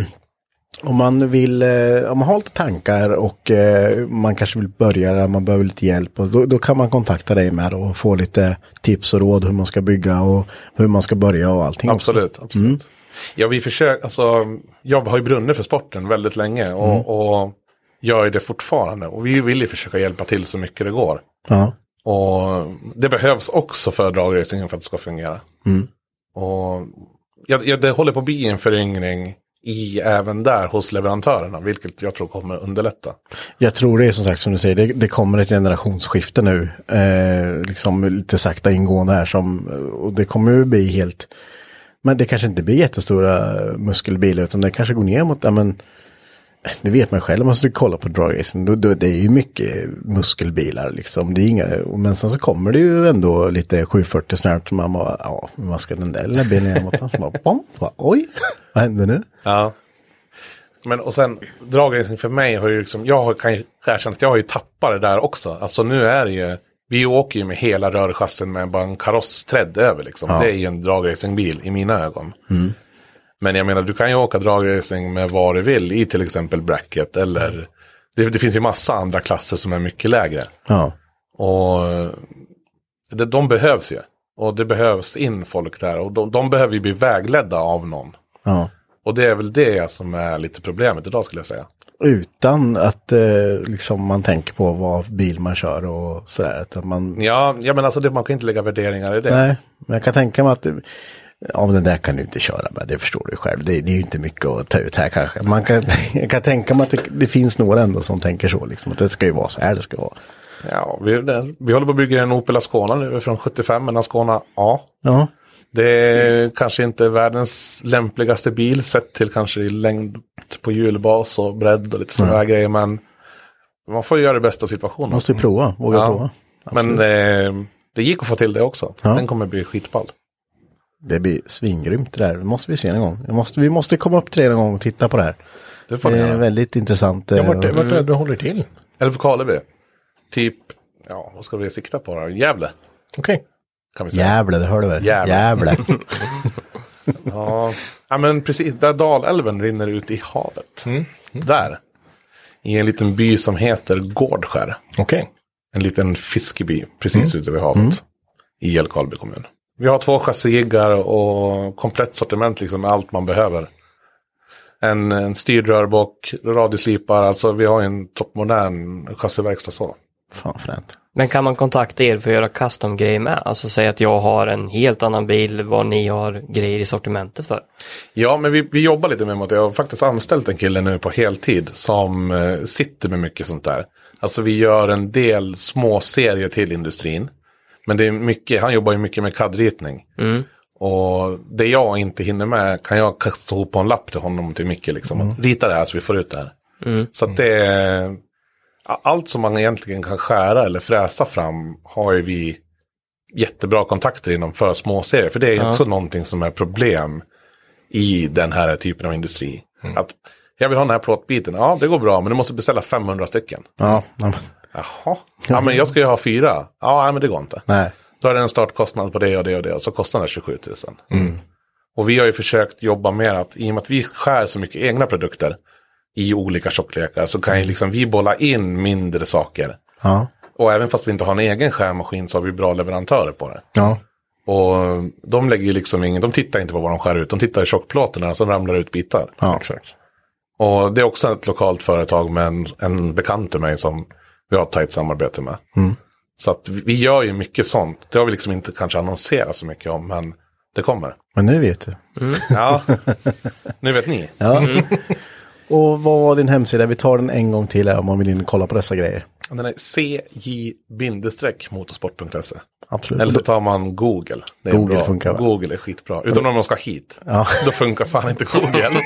om man vill, om man har lite tankar och man kanske vill börja, man behöver lite hjälp. Och då, då kan man kontakta dig med och få lite tips och råd hur man ska bygga och hur man ska börja och allting. Absolut, också. absolut. Mm. Ja, vi försöker, alltså, jag har ju brunnit för sporten väldigt länge och, mm. och gör det fortfarande. Och vi vill ju försöka hjälpa till så mycket det går. Ja. Och det behövs också för dragracingen för att det ska fungera. Mm. Och jag, jag, det håller på att bli en föryngring i även där hos leverantörerna, vilket jag tror kommer underlätta. Jag tror det är som sagt som du säger, det, det kommer ett generationsskifte nu, eh, liksom lite sakta ingående här som, och det kommer ju bli helt, men det kanske inte blir jättestora muskelbilar utan det kanske går ner mot, ja men det vet man själv, man ska kolla på dragracing, då, då, det är ju mycket muskelbilar liksom, det är inga, men sen så kommer det ju ändå lite sjuhundrafyrtio snart som man bara, ja, vad ska den där lilla benen mot, så bara, bom, bara, oj, vad händer nu? Ja, men och sen dragracing för mig har ju liksom, jag kan ju erkänna att jag har ju tappat det där också, alltså nu är det ju, vi åker ju med hela rörchassen med bara en karossträdd över liksom, ja. Det är ju en dragracingbil i mina ögon. Mm. Men jag menar, du kan ju åka dragracing med vad du vill i till exempel bracket eller det, det finns ju massa andra klasser som är mycket lägre. Ja. Och det, de behövs ju. Och det behövs in folk där och de, de behöver ju bli vägledda av någon. Ja. Och det är väl det som är lite problemet idag skulle jag säga. Utan att eh, liksom man tänker på vad bil man kör och sådär. Att man... Ja, ja, men alltså det, man kan inte lägga värderingar i det. Nej, men jag kan tänka mig att ja, den där kan du inte köra med, det förstår du själv. Det, det är ju inte mycket att ta ut här kanske. Man kan, jag kan tänka mig att det, det finns några ändå som tänker så, liksom, att det ska ju vara så här det ska vara. Ja, vi, det, vi håller på att bygga en Opel Ascona nu från sjuttiofem, en Ascona A. Ja. Det är kanske inte världens lämpligaste bil sett till kanske i längd på hjulbas och bredd och lite sådana här grejer, men man får göra det bästa av situationen. Man måste ju prova, våga ja. prova. Absolut. Men eh, det gick att få till det också. Ja. Den kommer bli skitball. Det blir svingrymt det där. Det måste vi se en gång. Vi måste, vi måste komma upp till det en gång och titta på det här. Det, får det är väldigt intressant. Ja, vart, vart är det du håller till? Eller på Karleby. Typ, ja, vad ska vi sikta på då? Gävle. Okej. Okay. Kan vi säga. Gävle, det hör du väl? Gävle. Gävle. ja. ja, men precis. Där Dalälven rinner ut i havet. Mm. Mm. Där. I en liten by som heter Gårdskär. Okej. Okay. En liten fiskeby precis mm. ute vid havet. Mm. I Älvkarleby kommun. Vi har två chassigiggar och komplett sortiment liksom med allt man behöver. en, en styrrörbock, radioslipar, alltså vi har en toppmodern chassiverkstad så. Fan fränt. Men kan man kontakta er för att göra custom-grejer med? Alltså säga att jag har en helt annan bil, vad ni har grejer i sortimentet för? Ja, men vi, vi jobbar lite med att jag har faktiskt anställt en kille nu på heltid som eh, sitter med mycket sånt där. Alltså vi gör en del små serier till industrin. Men det är mycket, han jobbar ju mycket med C A D-ritning. Mm. Och det jag inte hinner med kan jag kasta ihop på en lapp till honom till Micke liksom. Mm. Rita det här så vi får ut det här. Mm. Så att det är, allt som man egentligen kan skära eller fräsa fram har ju vi jättebra kontakter inom för små serier. För det är ju ja. också någonting som är problem i den här typen av industri. Mm. Att jag vill ha den här plåtbiten, ja det går bra men du måste beställa femhundra stycken. Ja. Jaha, ja men jag ska ju ha fyra. Ja men det går inte. Nej. Då är det en startkostnad på det och det och det och så kostar det tjugosju tusen. Mm. Och vi har ju försökt jobba med att i och med att vi skär så mycket egna produkter i olika tjocklekar så kan ju liksom vi bolla in mindre saker. Ja. Och även fast vi inte har en egen skärmaskin så har vi bra leverantörer på det. Ja. Och de lägger ju liksom ingen, de tittar inte på vad de skär ut, de tittar i tjockplåterna som ramlar ut bitar. Ja, exakt. Och det är också ett lokalt företag med en, en bekant till mig som vi har ett tajt samarbete med. Mm. Så att vi gör ju mycket sånt. Det har vi liksom inte kanske annonserat så mycket om, men det kommer. Men nu vet du. Mm. Ja, nu vet ni. Ja. Mm. Och vad var din hemsida? Vi tar den en gång till här om man vill in och kolla på dessa grejer. Den är c j motorsport punkt se. Absolut. Eller så tar man Google. Det är Google bra. funkar va? Google är skitbra. Utom när man ska hit. Ja. Då funkar fan inte Google.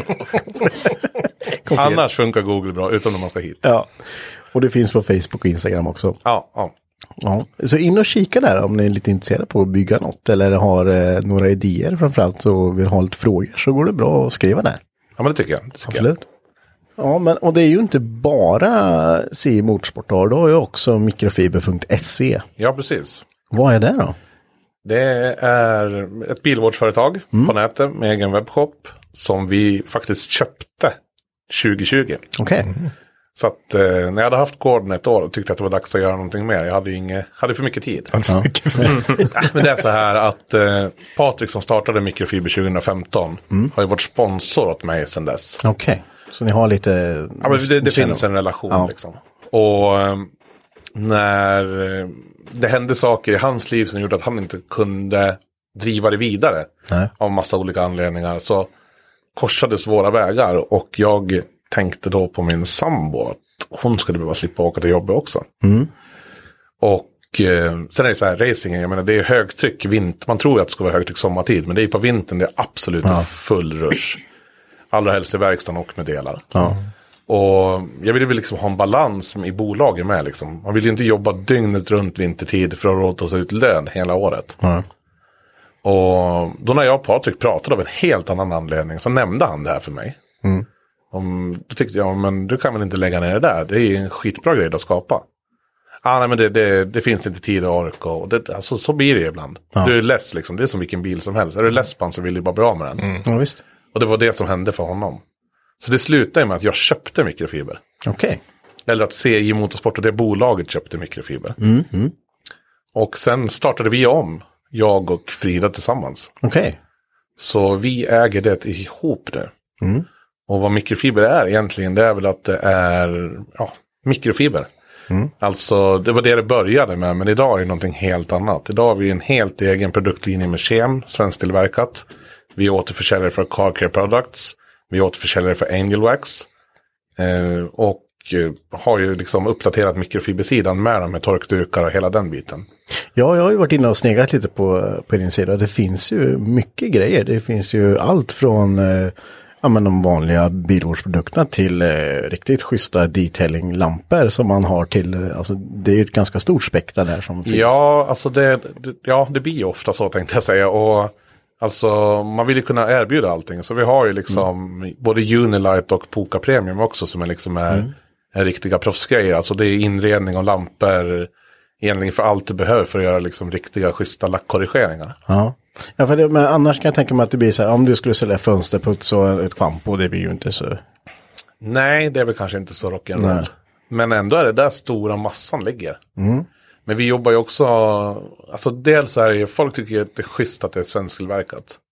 Annars funkar Google bra, utom när man ska hit. Ja. Och det finns på Facebook och Instagram också. Ja, ja. Ja. Så in och kika där om ni är lite intresserade på att bygga något. Eller har eh, några idéer framförallt så vill ha lite frågor. Så går det bra att skriva där. Ja, men det tycker jag. Det tycker Absolut. Jag. Ja, men och det är ju inte bara C I Motorsport då. Du har ju också mikrofiber punkt se. Ja, precis. Vad är det då? Det är ett bilvårdsföretag mm. på nätet med egen webbshop som vi faktiskt köpte tjugo tjugo. Okej. Okay. Så att eh, när jag hade haft gården ett år och tyckte att det var dags att göra någonting mer. Jag hade ju inge, hade för mycket tid. Hade för mycket för mm. Men det är så här att eh, Patrik som startade Mikrofiber tjugo femton mm. har ju varit sponsor åt mig sedan dess. Okej. Okay. Så ni har lite... Ja, men det, det finns en relation ja. liksom. Och eh, när det hände saker i hans liv som gjorde att han inte kunde driva det vidare Nej. av massa olika anledningar så korsades våra vägar och jag tänkte då på min sambo att hon skulle behöva slippa åka till jobbet också. Mm. Och eh, sen är det så här, racingen, jag menar det är högtryck vinter, man tror att det ska vara högtryck sommartid, men det är på vintern det är absolut ja. full rush. Allra helst i verkstaden och med delar. Ja. Och jag ville väl liksom ha en balans i bolagen med liksom. Man vill ju inte jobba dygnet runt vintertid för att råda att ta ut lön hela året. Ja. Och då när jag och Patrik pratade av en helt annan anledning så nämnde han det här för mig. Mm. Om, då tyckte jag, men du kan väl inte lägga ner det där. Det är en skitbra grej att skapa. Ah, nej, men det, det, det finns inte tid och ork. Och det, alltså, så blir det ibland. Ja. Du är less liksom. Det är som vilken bil som helst. Är du less på den så vill du bara bli av med den. Mm. Ja, visst. Och det var det som hände för honom. Så det slutade med att jag köpte mikrofiber. Okej. Okay. Eller att C J Motorsport och det bolaget köpte mikrofiber. Mm, mm. Och sen startade vi om. Jag och Frida tillsammans. Okej. Okay. Så vi äger det ihop nu. Mm. Och vad mikrofiber är egentligen, det är väl att det är ja, mikrofiber. Mm. Alltså det var det det började med, men idag är det någonting helt annat. Idag har vi en helt egen produktlinje med Kem, svensktillverkat. Vi är återförsäljare för Car Care Products. Vi är återförsäljare för Angel Wax. Eh, och eh, har ju liksom uppdaterat mikrofibersidan med de här torkdukar och hela den biten. Ja, jag har ju varit inne och sneglat lite på, på din sida. Det finns ju mycket grejer. Det finns ju allt från... Eh, Ja, men de vanliga bilvårdsprodukterna till eh, riktigt schyssta detailing-lampor som man har till, alltså det är ett ganska stort spektra där som finns. Ja, alltså det, det, ja, det blir ju ofta så tänkte jag säga och alltså man vill ju kunna erbjuda allting så vi har ju liksom mm. både Unilight och Poca Premium också som är liksom är, mm. är riktiga proffsgrejer, alltså det är inredning och lampor egentligen för allt du behöver för att göra liksom riktiga schyssta lackkorrigeringar. Ja. Ja, för det, men annars kan jag tänka mig att det blir så här, om du skulle sälja fönsterputs och ett schampo, det blir ju inte så... Nej, det är väl kanske inte så rock'n'roll. Men ändå är det där stora massan ligger. Mm. Men vi jobbar ju också, alltså dels är det, folk tycker att det är schysst att det är svensktillverkat.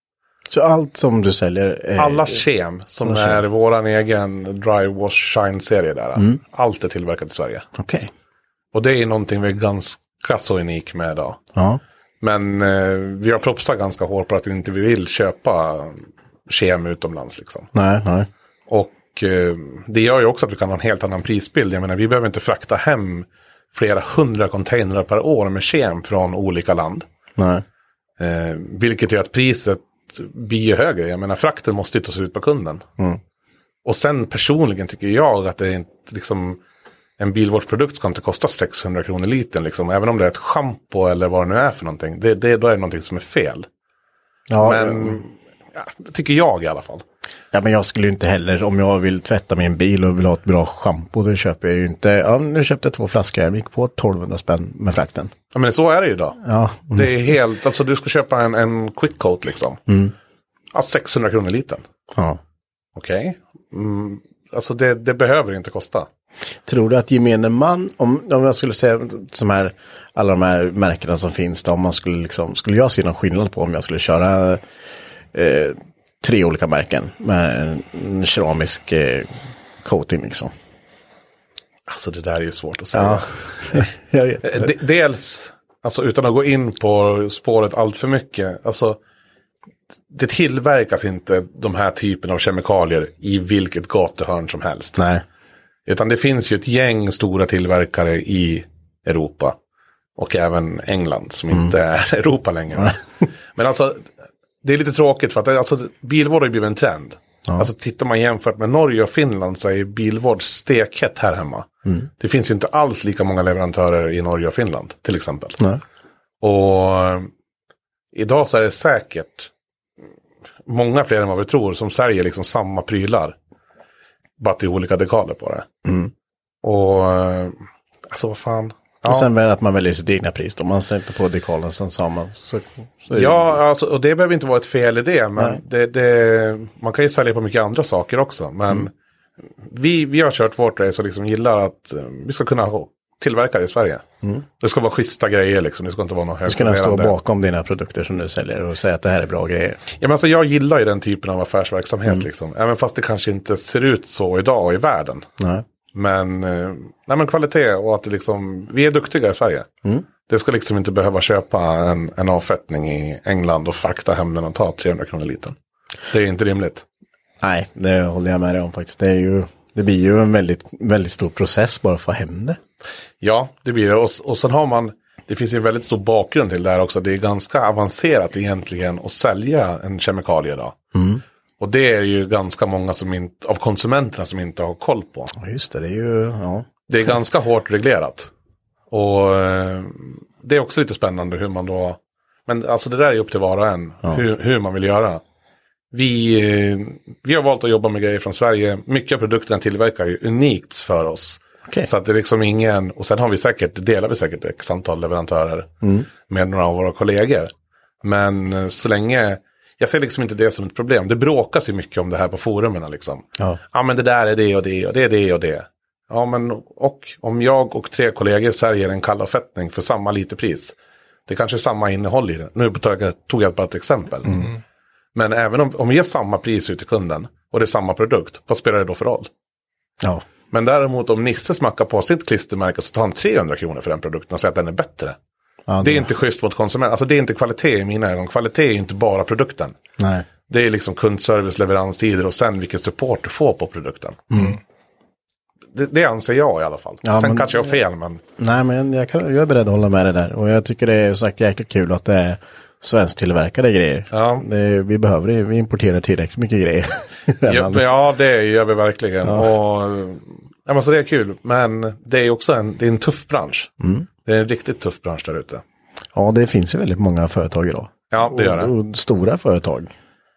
Så allt som du säljer? Är... Alla kem som Alla är våran egen Dry Wash Shine-serie där. Mm. Allt är tillverkat i Sverige. Okej. Okay. Och det är någonting vi är ganska så unik med idag. Ja. Men eh, vi har propsat ganska hårt på att vi inte vill köpa kem utomlands liksom. Nej, nej. Och eh, det gör ju också att vi kan ha en helt annan prisbild. Jag menar, vi behöver inte frakta hem flera hundra containrar per år med kem från olika land. Nej. Eh, vilket gör att priset blir högre. Jag menar, frakten måste ju tas ut på kunden. Mm. Och sen personligen tycker jag att det är inte liksom... En bilvårdsprodukt ska inte kosta sexhundra kronor liten liksom. Även om det är ett shampoo eller vad det nu är för någonting. Det, det, då är det någonting som är fel. Ja, men ja, det tycker jag i alla fall. Ja, men jag skulle ju inte heller, om jag vill tvätta min bil och vill ha ett bra shampoo, då köper jag ju inte. Ja, nu köpte jag två flaskor, jag gick på tolvhundra spänn med frakten. Ja, men så är det ju då. Ja. Mm. Det är helt, alltså du ska köpa en, en quick coat liksom. Mm. Ja, sexhundra kronor liten. Ja. Okej. Okay. Mm, alltså det, det behöver inte kosta. Tror du att gemene man, om, om jag skulle säga som här, alla de här märkena som finns då, om man skulle liksom, skulle jag se någon skillnad på om jag skulle köra eh, tre olika märken med en keramisk eh, coating liksom? Alltså det där är ju svårt att säga. Ja. Jag vet. D- dels, alltså utan att gå in på spåret allt för mycket, alltså det tillverkas inte de här typen av kemikalier i vilket gatuhörn som helst. Nej. Utan det finns ju ett gäng stora tillverkare i Europa. Och även England som mm. inte är Europa längre. Men alltså, det är lite tråkigt för att alltså, bilvård har ju blivit en trend. Ja. Alltså tittar man jämfört med Norge och Finland så är bilvård stekhett här hemma. Mm. Det finns ju inte alls lika många leverantörer i Norge och Finland till exempel. Nej. Och idag så är det säkert många fler än vad vi tror som säljer liksom samma prylar. Bara till olika dekaler på det. Mm. Och alltså vad fan. Ja. Och sen väl att man väljer sitt egna pris. Om man sätter på dekalen sen samma. Så, så ja, alltså, och det behöver inte vara ett fel i det. Men det, det, man kan ju sälja på mycket andra saker också. Men mm. vi, vi har kört vårt race och liksom gillar att vi ska kunna tillverka det i Sverige. Mm. Det ska vara schyssta grejer liksom. Det ska inte vara något högkonkurrerande. Du ska stå bakom dina produkter som du säljer och säga att det här är bra grejer. Ja, men alltså jag gillar ju den typen av affärsverksamhet mm. liksom. Även fast det kanske inte ser ut så idag i världen. Nej. Men, eh, nej, men kvalitet och att det liksom, vi är duktiga i Sverige. Mm. Det ska liksom inte behöva köpa en, en avfettning i England och frakta hem den och ta trehundra kronor liten. Det är inte rimligt. Nej, det håller jag med dig om faktiskt. Det är ju, det blir ju en väldigt, väldigt stor process bara för att få hem det. Ja, det blir det. Och, och sen har man, det finns ju en väldigt stor bakgrund till det här också. Det är ganska avancerat egentligen att sälja en kemikalie idag. Mm. Och det är ju ganska många som inte, av konsumenterna som inte har koll på. Ja, just det, det är ju, ja. Det är ganska hårt reglerat. Och eh, det är också lite spännande hur man då, men alltså det där är upp till var och en, ja. hur, hur man vill göra. Vi, eh, vi har valt att jobba med grejer från Sverige. Mycket av produkterna tillverkar ju unikt för oss. Okay. Så att det är liksom ingen, och sen har vi säkert, delar vi säkert ett antal leverantörer mm. med några av våra kollegor. Men så länge, jag ser liksom inte det som ett problem. Det bråkas ju mycket om det här på forumerna liksom. Ja. Ja, men det där är det och det och det är det och det. Ja, men och om jag och tre kollegor säljer en kallavfettning för samma lite pris. Det kanske är samma innehåll i det. Nu tog jag, tog jag bara ett exempel. Mm. Men även om, om vi ger samma pris ut till kunden och det är samma produkt, vad spelar det då för roll? Ja. Men däremot om Nisse smackar på sitt klistermärke så tar han trehundra kronor för den produkten och säger att den är bättre. Ja, det... det är inte schysst mot konsument. Alltså det är inte kvalitet i mina ögon. Kvalitet är inte bara produkten. Nej. Det är liksom kundservice, leveranstider och sen vilken support du får på produkten. Mm. Det, det anser jag i alla fall. Ja, sen men... kanske jag har fel, men... Nej, men jag, kan, jag är beredd att hålla med det där. Och jag tycker det är sagt jäkligt kul att det är svensk tillverkade grejer. Ja. Det, vi behöver det. Vi importerar tillräckligt mycket grejer. ja, ja, det gör vi verkligen. Ja. Och, ja, men så det är kul. Men det är också en, det är en tuff bransch. Mm. Det är en riktigt tuff bransch där ute. Ja, det finns ju väldigt många företag idag. Ja, det gör det. Och, och stora företag.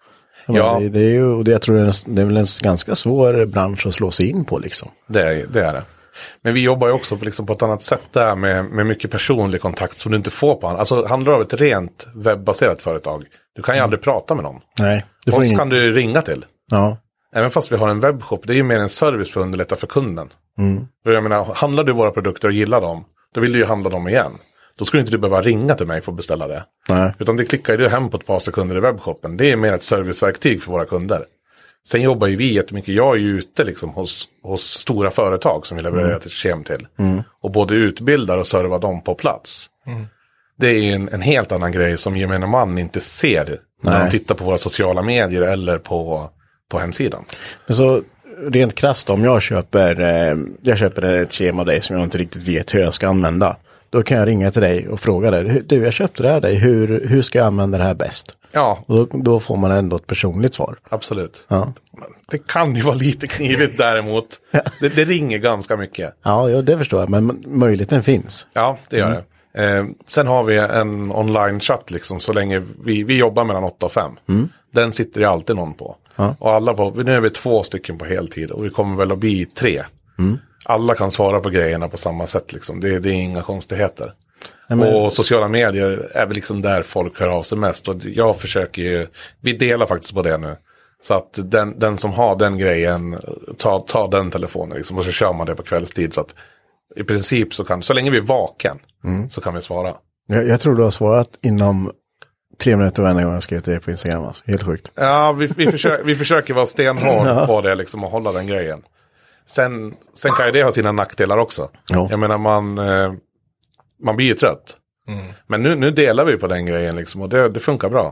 Ja. Det, det är ju, och det, jag tror det är, det är väl en ganska svår bransch att slå sig in på liksom. Det är det. Är det. Men vi jobbar ju också på, liksom, på ett annat sätt där med, med mycket personlig kontakt som du inte får på. Alltså handlar det om ett rent webbaserat företag. Du kan ju mm. aldrig prata med någon. Nej. Du får Oss ingen... kan du ringa till. Ja. Även fast vi har en webbshop, det är ju mer en service för att underlätta för kunden. Mm. För jag menar, handlar du våra produkter och gillar dem, då vill du ju handla dem igen. Då skulle inte du behöva ringa till mig för att beställa det. Nej. Utan det klickar ju du hem på ett par sekunder i webbshoppen. Det är mer ett serviceverktyg för våra kunder. Sen jobbar ju vi jättemycket. Jag är ju ute liksom hos, hos stora företag som vi levererar mm. ett system till. Mm. Och både utbildar och servar dem på plats. Mm. Det är en, en helt annan grej som gemene man inte ser när de tittar på våra sociala medier eller på, på hemsidan. Så rent krasst, om jag köper, eh, jag köper ett schema av dig som jag inte riktigt vet hur jag ska använda. Då kan jag ringa till dig och fråga dig, du, jag köpte det här av dig, hur, hur ska jag använda det här bäst? Ja. Och då, då får man ändå ett personligt svar. Absolut. Ja. Det kan ju vara lite knivigt däremot. Ja. Det, det ringer ganska mycket. Ja, ja, det förstår jag, men möjligheten finns. Ja, det gör mm. det. Eh, sen har vi en online-chatt liksom, så länge vi, vi jobbar mellan åtta och fem. Mm. Den sitter ju alltid någon på. Ja. Och alla på, nu är vi två stycken på heltid och vi kommer väl att bli tre. Mm. Alla kan svara på grejerna på samma sätt liksom. Det, det är inga konstigheter. Nej, men... Och sociala medier är väl liksom där folk hör av sig mest. Och jag försöker ju, vi delar faktiskt på det nu. Så att den, den som har den grejen, ta, ta den telefonen liksom, och så kör man det på kvällstid. Så att i princip så kan, så länge vi är vaken mm. så kan vi svara. Jag, jag tror du har svarat inom tre minuter varje gång jag skrivit det på Instagram. Alltså. Helt sjukt. Ja, vi, vi, försöker, vi försöker vara stenhård ja. på det liksom, och hålla den grejen. Sen, sen kan ju det ha sina nackdelar också. Ja. Jag menar, man, eh, man blir ju trött. Mm. Men nu, nu delar vi på den grejen liksom, och det, det funkar bra.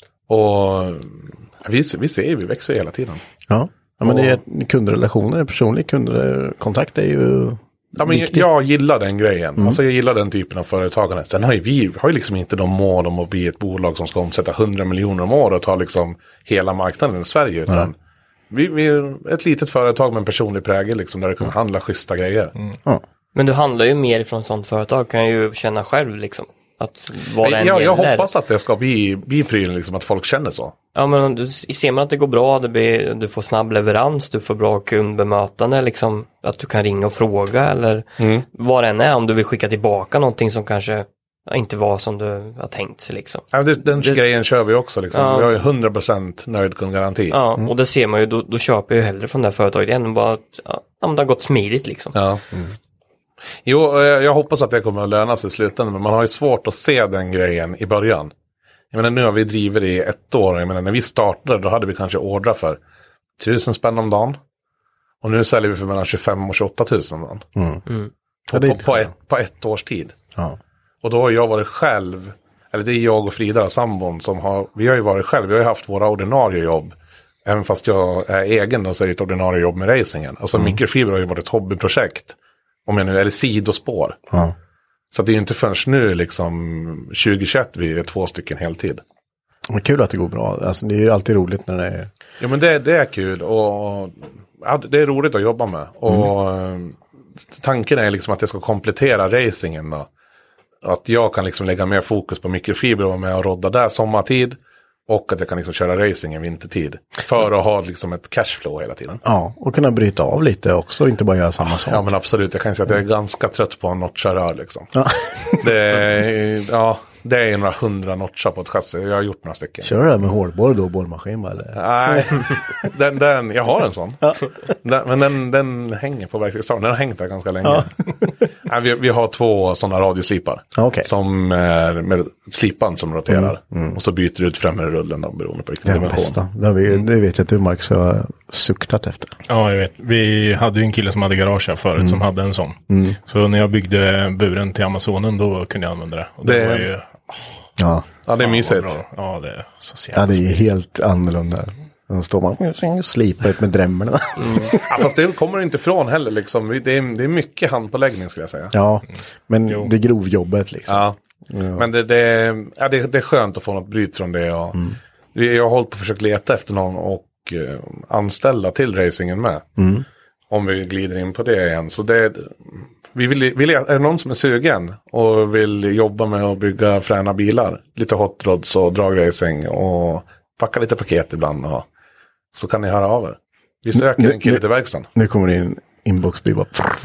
Och vi, vi ser, vi växer hela tiden. Ja, ja men och, det är kundrelationer, personlig kundkontakt är ju ja, men jag, jag gillar den grejen. Mm. Alltså jag gillar den typen av företagande. Sen har ju vi har ju liksom inte de mål om att bli ett bolag som ska omsätta hundra miljoner om året och ta liksom hela marknaden i Sverige. Utan mm. vi, vi är ett litet företag med en personlig prägel liksom, där du kan mm. handla schyssta grejer. Mm. Ja. Men du handlar ju mer från sånt företag, kan jag ju känna själv liksom. Att vad jag, jag, jag hoppas att det ska bli, bli prylen liksom, att folk känner så. Ja, men du, ser man att det går bra, det blir, du får snabb leverans, du får bra kundbemötande, liksom, att du kan ringa och fråga eller mm. vad det än är, om du vill skicka tillbaka någonting som kanske inte var som du har tänkt sig. Liksom. Ja, det, den det, grejen kör vi också. Liksom. Ja. Vi har ju hundra procent nöjd kundgaranti. Ja, mm. och det ser man ju, då, då köper jag ju hellre från det här företaget än bara att ja, det har gått smidigt. Liksom. Ja. Mm. Jo, jag hoppas att det kommer att löna sig i slutändan, men man har ju svårt att se den grejen i början. Jag menar, nu har vi drivit det i ett år. Jag menar, när vi startade då hade vi kanske ordrar för tusen spänn om dagen. Och nu säljer vi för mellan tjugofem och tjugoåtta tusen om dagen. Mm. Mm. På, på, på, ett, på ett års tid. Ja. Och då har jag varit själv, eller det är jag och Frida sambon som har, vi har ju varit själv, vi har ju haft våra ordinarie jobb. Även fast jag är egen och så är det ett ordinarie jobb med racingen. Alltså mm. mikrofiber har ju varit ett hobbyprojekt. Om jag nu, eller sidospår. Ja. Så det är ju inte förrän nu liksom tjugohundratjugoett vi är två stycken heltid. Det är kul att det går bra. Alltså, det är ju alltid roligt när det är... Ja, men det, det är kul och ja, det är roligt att jobba med. Och mm. tanken är liksom att jag ska komplettera racingen då. Att jag kan liksom lägga mer fokus på mikrofiber och vara med och rodda där sommartid. Och att jag kan liksom köra racing i vintertid. För att ha liksom ett cashflow hela tiden. Ja, och kunna bryta av lite också. Inte bara göra samma sak. Ja, men absolut. Jag kan säga att jag är ganska trött på en notcharör liksom. Ja. Det är, ja, det är några hundra notchar på ett chassi. Jag har gjort några stycken. Kör du det med hårdborr då, borrmaskin eller? Nej, den, den, jag har en sån. Ja. Den, men den, den hänger på verklighetsdagen. Den har hängt där ganska länge. Ja. Nej, vi, vi har två sådana radioslipar. Okay. Som är med slipan som roterar. Mm. Mm. Och så byter du ut främre rullen då, beroende på vilken dimension. Det, har vi, det vet jag att du, Mark, så har suktat efter. Ja, jag vet. Vi hade ju en kille som hade garage här förut mm. som hade en sån. Mm. Så när jag byggde buren till Amazonen då kunde jag använda det. Och det, det var ju... Ja. ja, det är mysigt. Ja, det är så ja, det är helt annorlunda. Då står man och slipar ut med drämmerna. Mm. Ja, fast det kommer inte ifrån heller liksom. Det är, det är mycket handpåläggning skulle jag säga. Ja, men jo. Det är grovjobbet liksom. Ja, ja. Men det, det, ja, det, det är skönt att få något bryt från det. Och mm. Jag har hållit på att försöka leta efter någon och uh, anställa till racingen med. Mm. Om vi glider in på det igen. Så det vi vill, vill, är det någon som är sugen och vill jobba med att bygga fräna bilar, lite hot rods och dragracing och packa lite paket ibland, och så kan ni höra av er. Vi söker nu, en kille till verkstaden. Nu kommer det in inbox bara.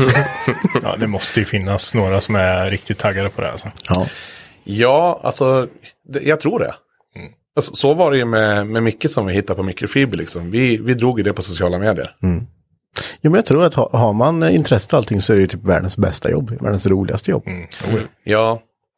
Ja, det måste ju finnas några som är riktigt taggade på det alltså. Ja, ja alltså det, jag tror det. Mm. Alltså, så var det ju med, med Micke som vi hittade på mikrofiber liksom. Vi, vi drog ju det på sociala medier. Mm. Ja, men jag tror att har man intresse av allting så är det ju typ världens bästa jobb. Världens roligaste jobb. Mm. Ja,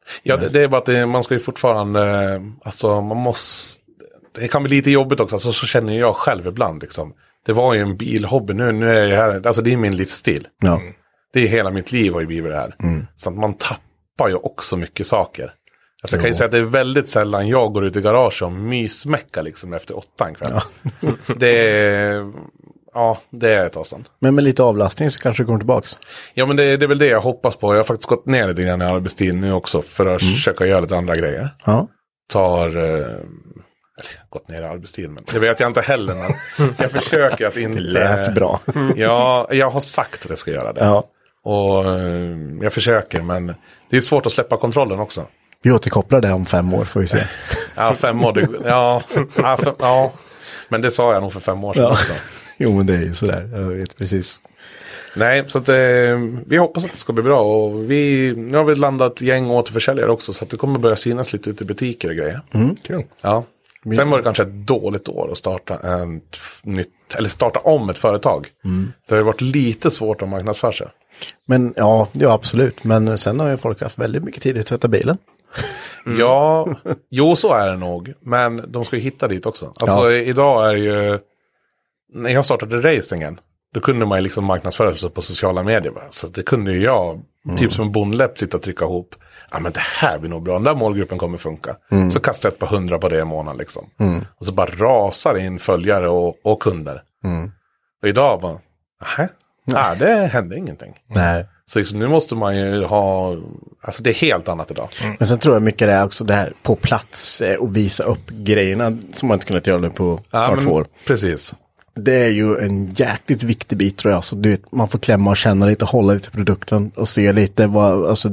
Ja, det, det är bara att det, man ska ju fortfarande, alltså man måste, det kan bli lite jobbigt också, alltså, så känner jag själv ibland liksom. Det var ju en bilhobby, nu, nu är jag här, alltså det är min livsstil. Ja. Mm. Det är hela mitt liv har ju blivit det här. Mm. Så att man tappar ju också mycket saker. Alltså jag kan ju säga att det är väldigt sällan jag går ut i garage och mysmäckar liksom efter åtta en kväll. Ja. Det är, ja, det är ett tag sedan. Men med lite avlastning så kanske det kommer tillbaks. Ja, men det, det är väl det jag hoppas på. Jag har faktiskt gått ner lite grann i arbetstid nu också för att mm. försöka göra lite andra grejer. Ja. Tar, eh, eller gått ner i arbetstid, men det vet jag inte heller. Men jag försöker att inte... Det lät bra. Ja, jag har sagt att jag ska göra det. Ja. Och eh, jag försöker, men det är svårt att släppa kontrollen också. Vi återkopplar det om fem år, får vi se. Ja, fem år. Det, ja, ja, fem, ja, men det sa jag nog för fem år sedan ja. också. Jo, men det är ju sådär. Jag vet precis. Nej, så att, eh, vi hoppas att det ska bli bra. Och vi, nu har vi landat ett gäng återförsäljare också. Så att det kommer börja synas lite ute i butiker och grejer. Mm, kul. Ja. Sen var det kanske ett dåligt år att starta en nytt, eller starta om ett företag. Mm. Det har varit lite svårt att marknadsföra sig. Men ja, ja, absolut. Men sen har ju folk haft väldigt mycket tid att tvätta bilen. Mm. Ja, jo så är det nog. Men de ska ju hitta dit också. Alltså ja. Idag är ju, när jag startade racingen, då kunde man ju liksom marknadsföra sig på sociala medier. Va? Så det kunde ju jag, mm. typ som en bondläpp, sitta och trycka ihop. Ja, men det här blir nog bra. Den där målgruppen kommer funka. Mm. Så kastar jag ett par hundra på det i månaden liksom. Mm. Och så bara rasar in följare och, och kunder. Mm. Och idag bara, nej, nej, det hände ingenting. Nej. Så liksom, nu måste man ju ha, alltså det är helt annat idag. Mm. Men sen tror jag mycket det är också det här på plats eh, och visa upp grejerna som man inte kunnat göra det på ja, två år. Precis. Det är ju en jäkligt viktig bit tror jag. Så du vet, man får klämma och känna lite, hålla lite produkten och se lite vad, alltså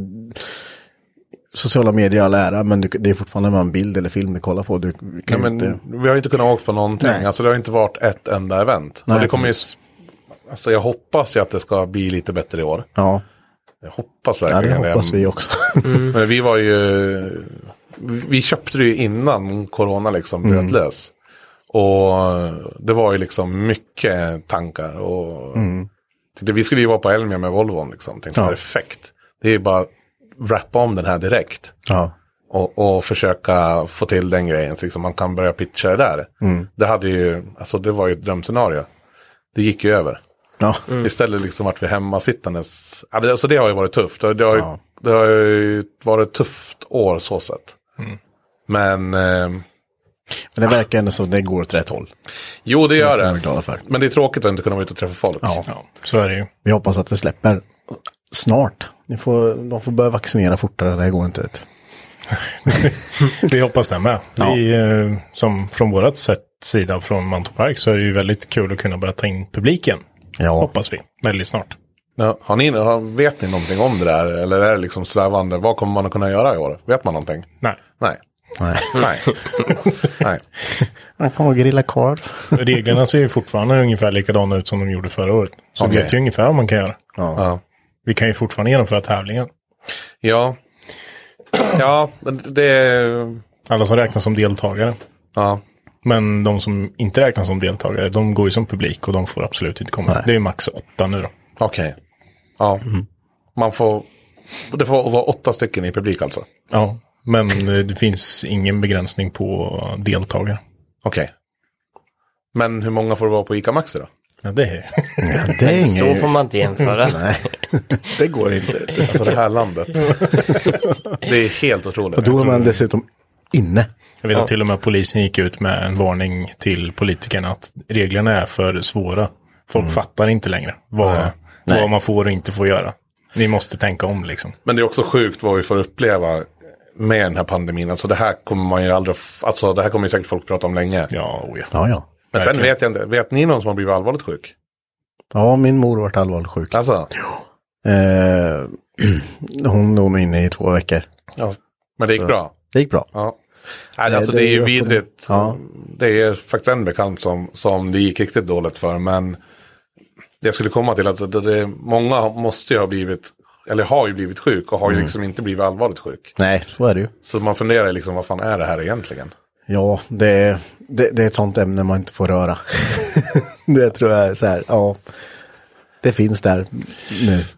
sociala medier all ära, men du, det är fortfarande bara en bild eller film vi kollar på. Du, ja, men, inte... Vi har ju inte kunnat åka på någonting. Nej. Alltså det har inte varit ett enda event. Nej, och det kommer ju, alltså jag hoppas ju att det ska bli lite bättre i år. Ja. Jag hoppas verkligen det. Ja, det hoppas vi också. Mm. Men vi var ju, vi köpte det ju innan corona liksom bröt mm. lös. Och det var ju liksom mycket tankar. Och mm. det, vi skulle ju vara på Elmia med Volvo liksom. Tänkte ja. Perfekt. Det är ju bara wrappa om den här direkt. Ja. Och, och försöka få till den grejen. Så liksom man kan börja pitcha det där. Mm. Det hade ju, alltså det var ju ett drömscenario. Det gick ju över. Ja. Mm. Istället liksom vart vi hemma sittandes. Alltså det har ju varit tufft. Det har ju, ja. det har ju varit ett tufft år så sett. Mm. Men... Eh, Men det verkar ändå som det går åt rätt håll. Jo, det så gör det. Men det är tråkigt att inte kunna vara ute och träffa folk. Ja, ja, så är det ju. Vi hoppas att det släpper snart. Ni får, de får börja vaccinera fortare, det går inte ut. Vi hoppas det med. Ja. Vi, eh, som från vårat sätt, sida från Mantorp Park, så är det ju väldigt kul att kunna börja ta in publiken. Ja. Hoppas vi, väldigt snart. Ja, har ni, vet ni någonting om det där? Eller är det liksom svävande? Vad kommer man att kunna göra i år? Vet man någonting? Nej. Nej. Nej. Nej. Nej. Man kan vara grilla korv. Reglerna ser ju fortfarande ungefär likadana ut som de gjorde förra året. Så okay. Vi vet ju ungefär vad man kan göra. Ja. Ja. Vi kan ju fortfarande genomföra tävlingen. Ja. Ja, men det... Alla som räknas som deltagare. Ja. Men de som inte räknas som deltagare, de går ju som publik och de får absolut inte komma. Nej. Det är ju max åtta nu då. Okej. Okay. Ja. Mm. Man får... Det får vara åtta stycken i publik alltså? Ja. Men det finns ingen begränsning på deltagare. Okej. Okay. Men hur många får det vara på ICA Maxi då? Ja, det är... Ja, det är ingen... Så får man inte jämföra. Nej, det går inte. Alltså det här landet. Det är helt otroligt. Och då är man dessutom inne. Jag vet att till och med polisen gick ut med en varning till politikerna att reglerna är för svåra. Folk mm. fattar inte längre vad, vad man får och inte får göra. Ni måste tänka om liksom. Men det är också sjukt vad vi får uppleva med den här pandemin. Alltså det här kommer man ju aldrig, alltså det här kommer ju säkert folk prata om länge. Ja, oh ja. Ja, ja. Men sen vet jag inte, vet ni någon som har blivit allvarligt sjuk? Ja, min mor har varit allvarligt sjuk. Alltså? Eh, hon låg nog inne i två veckor. Ja, men det gick Så, bra? Det gick bra. Ja. Nej, alltså det, det är ju vidrigt. Ja. Det är faktiskt en bekant som, som det gick riktigt dåligt för. Men jag skulle komma till att det, det, många måste ju ha blivit, eller har ju blivit sjuk och har ju liksom mm. inte blivit allvarligt sjuk. Nej, så är det ju. Så man funderar liksom, vad fan är det här egentligen? Ja, det, det, det är ett sånt ämne man inte får röra. Det tror jag är så här, ja. Det finns där nu.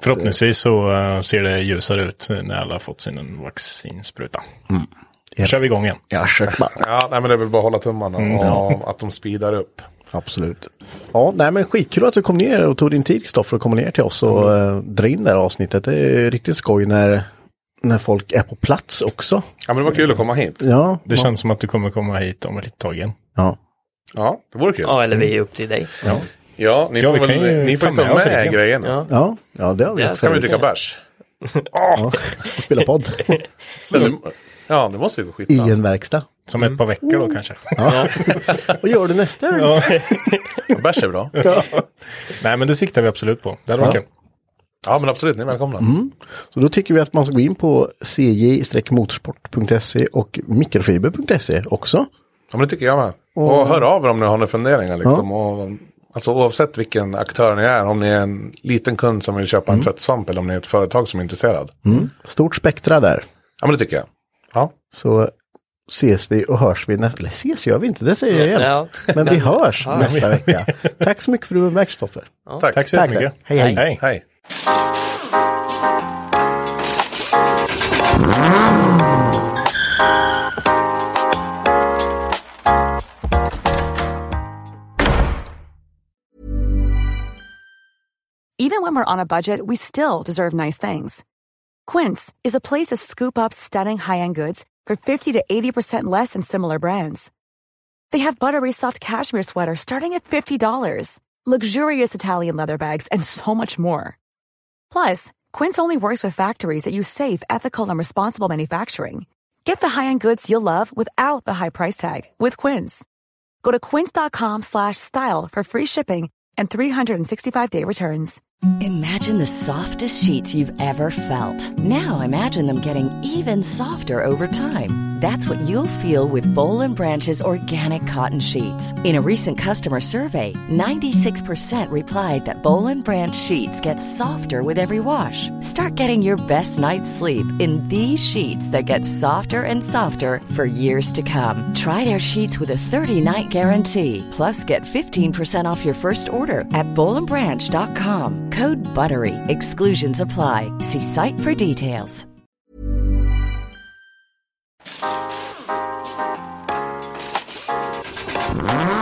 Förhoppningsvis så uh, ser det ljusare ut när alla har fått sin vaccinspruta. Mm. Då kör vi igång igen. Ja, ja nej, men det är väl bara att hålla tummarna Mm, och ja. att de speedar upp. Absolut. Ja, nej men skitkul att du kom ner och tog din tid, Kristoffer, och kom ner till oss och mm. uh, dra in det här avsnittet. Det är riktigt skoj när, när folk är på plats också. Ja, men det var kul att komma hit. Ja. Det man... känns som att du kommer komma hit om ett litet tag igen. Ja. Ja, det vore kul. Ja, eller vi är upp till dig. Ja. Ja, ni ja, får väl, ju ni får ta med, med, med grejen. Ja. Ja, ja, det har vi ja, kan vi dricka bärs? Ja, och spela podd. Men, ja, det måste vi gå skita. I en verkstad. Som ett par veckor då kanske. Ja. Vad gör du nästa gång? Ja. Bärs är bra. Ja. Nej, men det siktar vi absolut på. Det var ja. kul. Ja, men absolut. Ni är välkomna. Mm. Så då tycker vi att man ska gå in på c j motorsport punkt se och mikrofiber punkt se också. Ja, men det tycker jag med. Och, och hör av er om ni har några funderingar liksom. Ja. Och, alltså oavsett vilken aktör ni är. Om ni är en liten kund som vill köpa en mm. tvättsvamp eller om ni är ett företag som är intresserad. Mm. Stort spektra där. Ja, men det tycker jag. Ja. Så ses vi och hörs vi nästa... Eller ses gör vi inte, det säger jag igen. Ja. Men vi hörs ja. nästa vecka. Tack så mycket för att du var med, Kristoffer. Ja. Tack. Tack så Tack, mycket. Hej, hej. Hej. Hej. Even when we're on a budget, we still deserve nice things. Quince is a place to scoop up stunning high-end goods for fifty to eighty percent less than similar brands. They have buttery soft cashmere sweaters starting at fifty dollars, luxurious Italian leather bags, and so much more. Plus, Quince only works with factories that use safe, ethical, and responsible manufacturing. Get the high-end goods you'll love without the high price tag with Quince. Go to quince.com slash style for free shipping and three sixty-five day returns. Imagine the softest sheets you've ever felt. Now imagine them getting even softer over time. That's what you'll feel with Boll and Branch's organic cotton sheets. In a recent customer survey, ninety-six percent replied that Boll and Branch sheets get softer with every wash. Start getting your best night's sleep in these sheets that get softer and softer for years to come. Try their sheets with a thirty-night guarantee. Plus, get fifteen percent off your first order at boll and branch dot com. Code BUTTERY. Exclusions apply. See site for details. Mm-hmm.